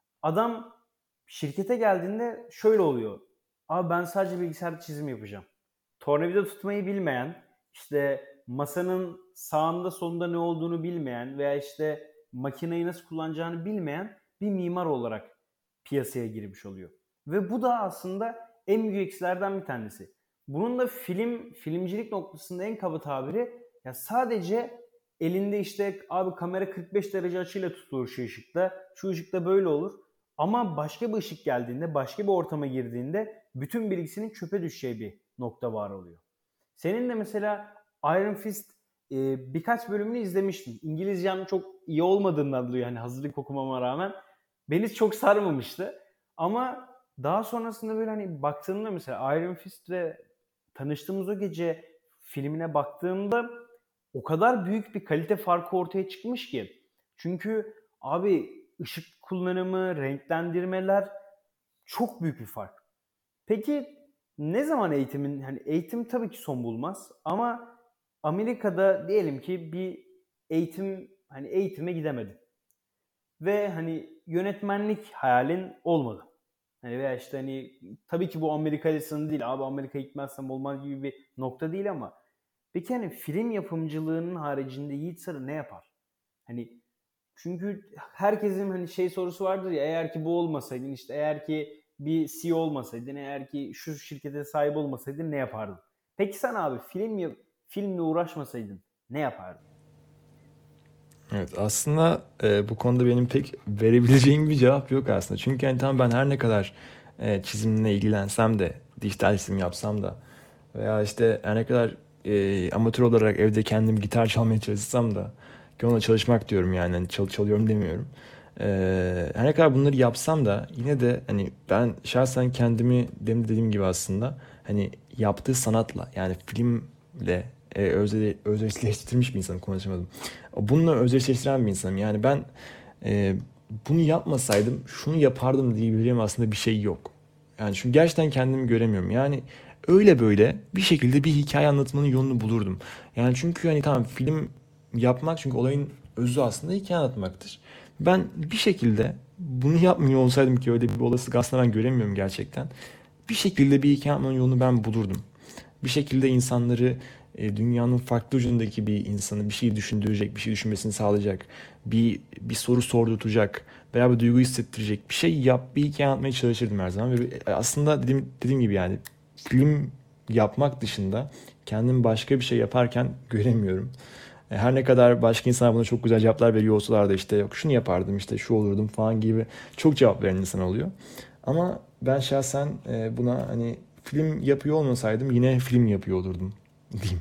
A: adam şirkete geldiğinde şöyle oluyor. Abi ben sadece bilgisayar çizim yapacağım. Tornavida tutmayı bilmeyen, işte masanın sağında solunda ne olduğunu bilmeyen veya işte makineyi nasıl kullanacağını bilmeyen bir mimar olarak piyasaya girmiş oluyor. Ve bu da aslında en büyük eksilerden bir tanesi. Bunun da film, filmcilik noktasında en kaba tabiri ya sadece elinde işte abi kamera kırk beş derece açıyla tutulur şu ışıkta, şu ışıkta böyle olur. Ama başka bir ışık geldiğinde, başka bir ortama girdiğinde bütün bilgisinin çöpe düşeceği bir nokta var oluyor. Senin de mesela Iron Fist e, birkaç bölümünü izlemiştim. İngilizcem çok iyi olmadığından dolayı hani hazırlık okumama rağmen beni çok sarmamıştı. Ama daha sonrasında böyle hani baktığımda mesela Iron Fist ve tanıştığımız o gece filmine baktığımda o kadar büyük bir kalite farkı ortaya çıkmış ki. Çünkü abi ışık kullanımı, renklendirmeler çok büyük bir fark. Peki ne zaman eğitimin, hani eğitim tabii ki son bulmaz ama Amerika'da diyelim ki bir eğitim, hani eğitime gidemedin ve hani yönetmenlik hayalin olmadı. Hani veya işte hani tabii ki bu Amerikalısın değil abi Amerika'ya gitmezsem olmaz gibi bir nokta değil ama peki hani film yapımcılığının haricinde Yiğit Sarı ne yapar? Hani çünkü herkesin hani şey sorusu vardır ya eğer ki bu olmasaydın işte eğer ki bir C E O olmasaydın eğer ki şu şirkete sahip olmasaydın ne yapardın? Peki sen abi film yap filmle uğraşmasaydın ne yapardın?
B: Evet aslında e, bu konuda benim pek verebileceğim bir cevap yok aslında. Çünkü yani tamam ben her ne kadar e, çizimle ilgilensem de, dijital çizim yapsam da veya işte her ne kadar e, amatör olarak evde kendim gitar çalmaya çalışsam da ki onunla çalışmak diyorum yani hani çal çalıyorum demiyorum. E, her ne kadar bunları yapsam da yine de hani ben şahsen kendimi demin dediğim gibi aslında hani yaptığı sanatla yani filmle e, özel, özdeşleştirmiş bir insanım konuşamadım. Bununla özdeşleştiren bir insanım. Yani ben e, bunu yapmasaydım şunu yapardım diyebileceğim aslında bir şey yok. Yani çünkü gerçekten kendimi göremiyorum. Yani öyle böyle bir şekilde bir hikaye anlatmanın yolunu bulurdum. Yani çünkü hani tamam film yapmak çünkü olayın özü aslında hikaye anlatmaktır. Ben bir şekilde bunu yapmıyor olsaydım ki öyle bir olasılık aslında ben göremiyorum gerçekten. Bir şekilde bir hikaye anlatmanın yolunu ben bulurdum. Bir şekilde insanları e, dünyanın farklı ucundaki bir insanı bir şey düşündürecek, bir şey düşünmesini sağlayacak, bir bir soru sordurtacak veya bir duygu hissettirecek bir şey yap, bir hikaye anlatmaya çalışırdım her zaman. Ve aslında dediğim, dediğim gibi yani film yapmak dışında kendimi başka bir şey yaparken göremiyorum. E, Her ne kadar başka insanlar buna çok güzel cevaplar veriyor olsalar da işte yok şunu yapardım işte şu olurdum falan gibi çok cevap veren insan oluyor. Ama ben şahsen e, buna hani film yapıyor olmasaydım yine film yapıyor olurdum diyeyim.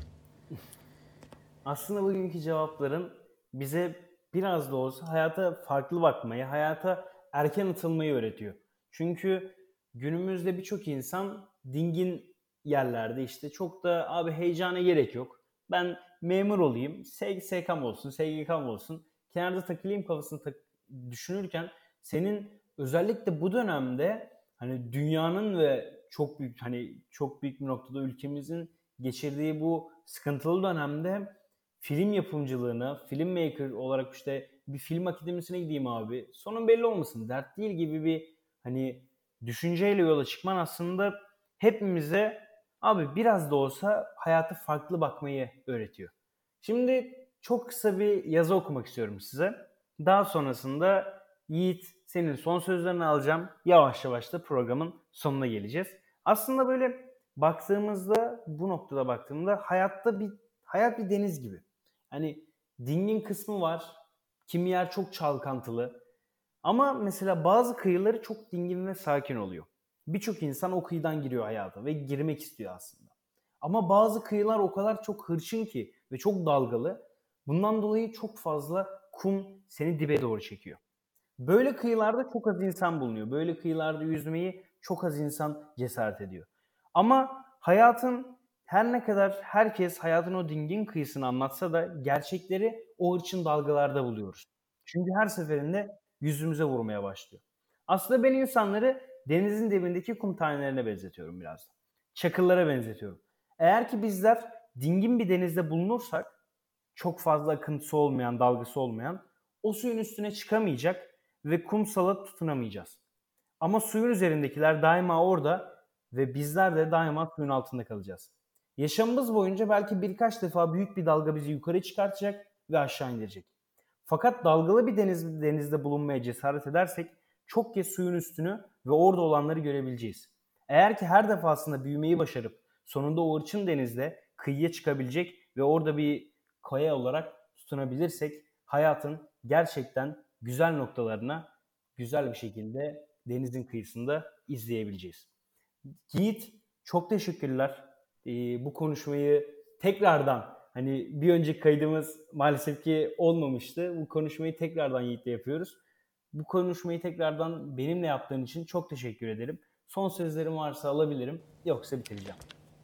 A: Aslında bugünkü cevapların bize biraz da olsa hayata farklı bakmayı, hayata erken atılmayı öğretiyor. Çünkü günümüzde birçok insan dingin yerlerde işte çok da abi heyecana gerek yok. Ben memur olayım, S G K'm olsun, S G K'm olsun, kenarda takılayım kafasını tak düşünürken senin özellikle bu dönemde hani dünyanın ve çok büyük hani çok büyük bir noktada ülkemizin geçirdiği bu sıkıntılı dönemde film yapımcılığına, filmmaker olarak işte bir film akademisine gideyim abi. Sonun belli olmasın. Dert değil gibi bir hani düşünceyle yola çıkman aslında hepimize abi biraz da olsa hayata farklı bakmayı öğretiyor. Şimdi çok kısa bir yazı okumak istiyorum size. Daha sonrasında Yiğit senin son sözlerini alacağım. Yavaş yavaş da programın sonuna geleceğiz. Aslında böyle baktığımızda bu noktada baktığımda hayatta bir hayat bir deniz gibi. Hani dingin kısmı var. Kimi yer çok çalkantılı. Ama mesela bazı kıyıları çok dingin ve sakin oluyor. Birçok insan o kıyıdan giriyor hayata ve girmek istiyor aslında. Ama bazı kıyılar o kadar çok hırçın ki ve çok dalgalı. Bundan dolayı çok fazla kum seni dibe doğru çekiyor. Böyle kıyılarda çok az insan bulunuyor. Böyle kıyılarda yüzmeyi çok az insan cesaret ediyor. Ama hayatın her ne kadar herkes hayatın o dingin kıyısını anlatsa da gerçekleri o hırçın dalgalarda buluyoruz. Çünkü her seferinde yüzümüze vurmaya başlıyor. Aslında ben insanları denizin dibindeki kum tanelerine benzetiyorum biraz da. Çakıllara benzetiyorum. Eğer ki bizler dingin bir denizde bulunursak, çok fazla akıntısı olmayan, dalgası olmayan, o suyun üstüne çıkamayacak ve kumsala tutunamayacağız. Ama suyun üzerindekiler daima orada ve bizler de daima suyun altında kalacağız. Yaşamımız boyunca belki birkaç defa büyük bir dalga bizi yukarı çıkartacak ve aşağı indirecek. Fakat dalgalı bir deniz, denizde bulunmaya cesaret edersek çok kez suyun üstünü ve orada olanları görebileceğiz. Eğer ki her defasında büyümeyi başarıp sonunda o hırçın denizde kıyıya çıkabilecek ve orada bir kaya olarak tutunabilirsek hayatın gerçekten güzel noktalarına güzel bir şekilde denizin kıyısında izleyebileceğiz. Yiğit çok teşekkürler. Ee, bu konuşmayı tekrardan hani bir önceki kaydımız maalesef ki olmamıştı. Bu konuşmayı tekrardan Yiğit'le yapıyoruz. Bu konuşmayı tekrardan benimle yaptığın için çok teşekkür ederim. Son sözlerim varsa alabilirim. Yoksa bitireceğim.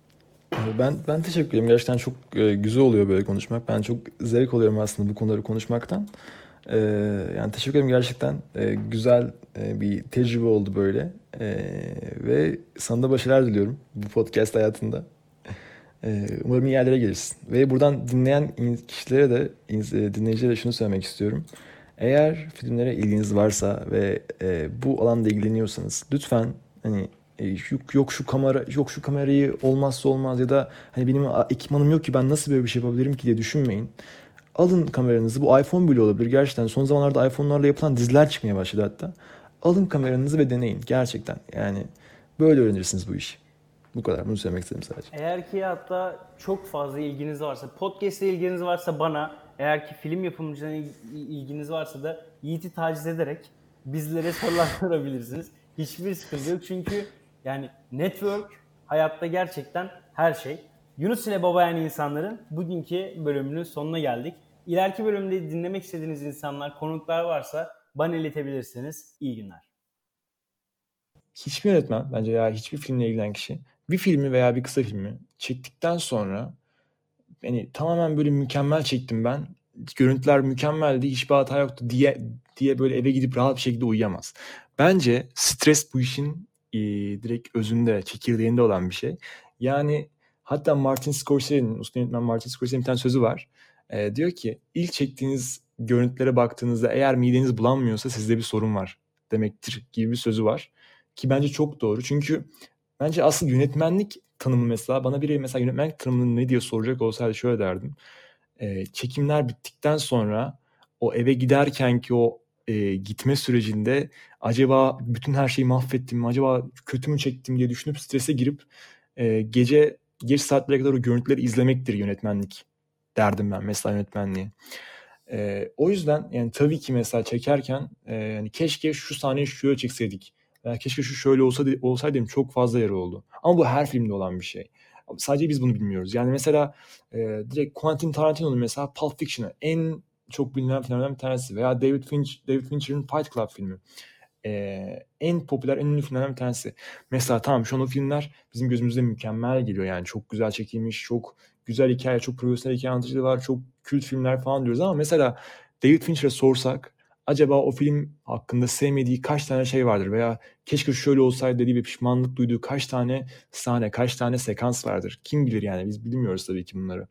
B: Ben ben teşekkür ederim. Gerçekten çok e, güzel oluyor böyle konuşmak. Ben çok zevk alıyorum aslında bu konuları konuşmaktan. E, Yani teşekkür ederim gerçekten. E, güzel e, bir tecrübe oldu böyle. E, Ve sana da başarılar diliyorum bu podcast hayatında. E, umarım iyi yerlere gelirsin. Ve buradan dinleyen in- kişilere de, in- e, dinleyicilere de şunu söylemek istiyorum. Eğer filmlere ilginiz varsa ve e, bu alanda ilgileniyorsanız lütfen hani e, yok, yok şu kamera yok şu kamerayı olmazsa olmaz ya da hani benim a- ekipmanım yok ki ben nasıl böyle bir şey yapabilirim ki diye düşünmeyin. Alın kameranızı, bu iPhone bile olabilir gerçekten. Son zamanlarda iPhone'larla yapılan diziler çıkmaya başladı hatta. Alın kameranızı ve deneyin gerçekten. Yani böyle öğrenirsiniz bu işi. Bu kadar. Bunu söylemek istedim sadece.
A: Eğer ki hatta çok fazla ilginiz varsa, podcast ile ilginiz varsa bana, eğer ki film yapımcılığına ilginiz varsa da Yiğit'i taciz ederek bizlere sorular sorabilirsiniz. Hiçbir sıkıntı yok çünkü yani network hayatta gerçekten her şey. Yunus ile Babayan insanların bugünkü bölümünün sonuna geldik. İleriki bölümde dinlemek istediğiniz insanlar, konuklar varsa bana iletebilirsiniz. İyi günler.
B: Hiçbir yönetmen bence ya hiçbir filmle ilgilenen kişi bir filmi veya bir kısa filmi çektikten sonra yani tamamen böyle mükemmel çektim ben. Görüntüler mükemmeldi, hiçbir hata yoktu diye diye böyle eve gidip rahat bir şekilde uyuyamaz. Bence stres bu işin e, direkt özünde, çekirdeğinde olan bir şey. Yani hatta Martin Scorsese'nin, usta yönetmen Martin Scorsese'nin bir tane sözü var. E, diyor ki ilk çektiğiniz görüntülere baktığınızda eğer mideniz bulanmıyorsa sizde bir sorun var demektir gibi bir sözü var. Ki bence çok doğru. Çünkü bence asıl yönetmenlik tanımı mesela bana biri mesela yönetmenlik tanımı ne diye soracak olsaydı şöyle derdim. Eee, çekimler bittikten sonra o eve giderkenki o, eee, gitme sürecinde acaba bütün her şeyi mahvettim mi, acaba kötü mü çektim diye düşünüp strese girip, eee, gece geç saatlere kadar o görüntüleri izlemektir yönetmenlik derdim ben mesela yönetmenliği. Eee, o yüzden yani tabii ki mesela çekerken, eee, hani keşke şu sahneyi şöyle çekseydik veya keşke şu şöyle olsaydı olsaydı dediğim çok fazla yer oldu. Ama bu her filmde olan bir şey. Sadece biz bunu bilmiyoruz. Yani mesela, eee, direkt Quentin Tarantino'nun mesela Pulp Fiction'ı en çok bilinen filmlerden bir tanesi veya David Finch David Fincher'ın Fight Club filmi. Eee, en popüler, en ünlü filmlerden bir tanesi. Mesela tamam şu an o filmler bizim gözümüzde mükemmel geliyor yani çok güzel çekilmiş, çok güzel hikâye, çok profesyonel hikâye anlatıcılığı var, çok kült filmler falan diyoruz ama mesela David Fincher'a sorsak acaba o film hakkında sevmediği kaç tane şey vardır veya keşke şöyle olsaydı dediği ve pişmanlık duyduğu kaç tane sahne, kaç tane sekans vardır? Kim bilir yani biz bilmiyoruz tabii ki bunları.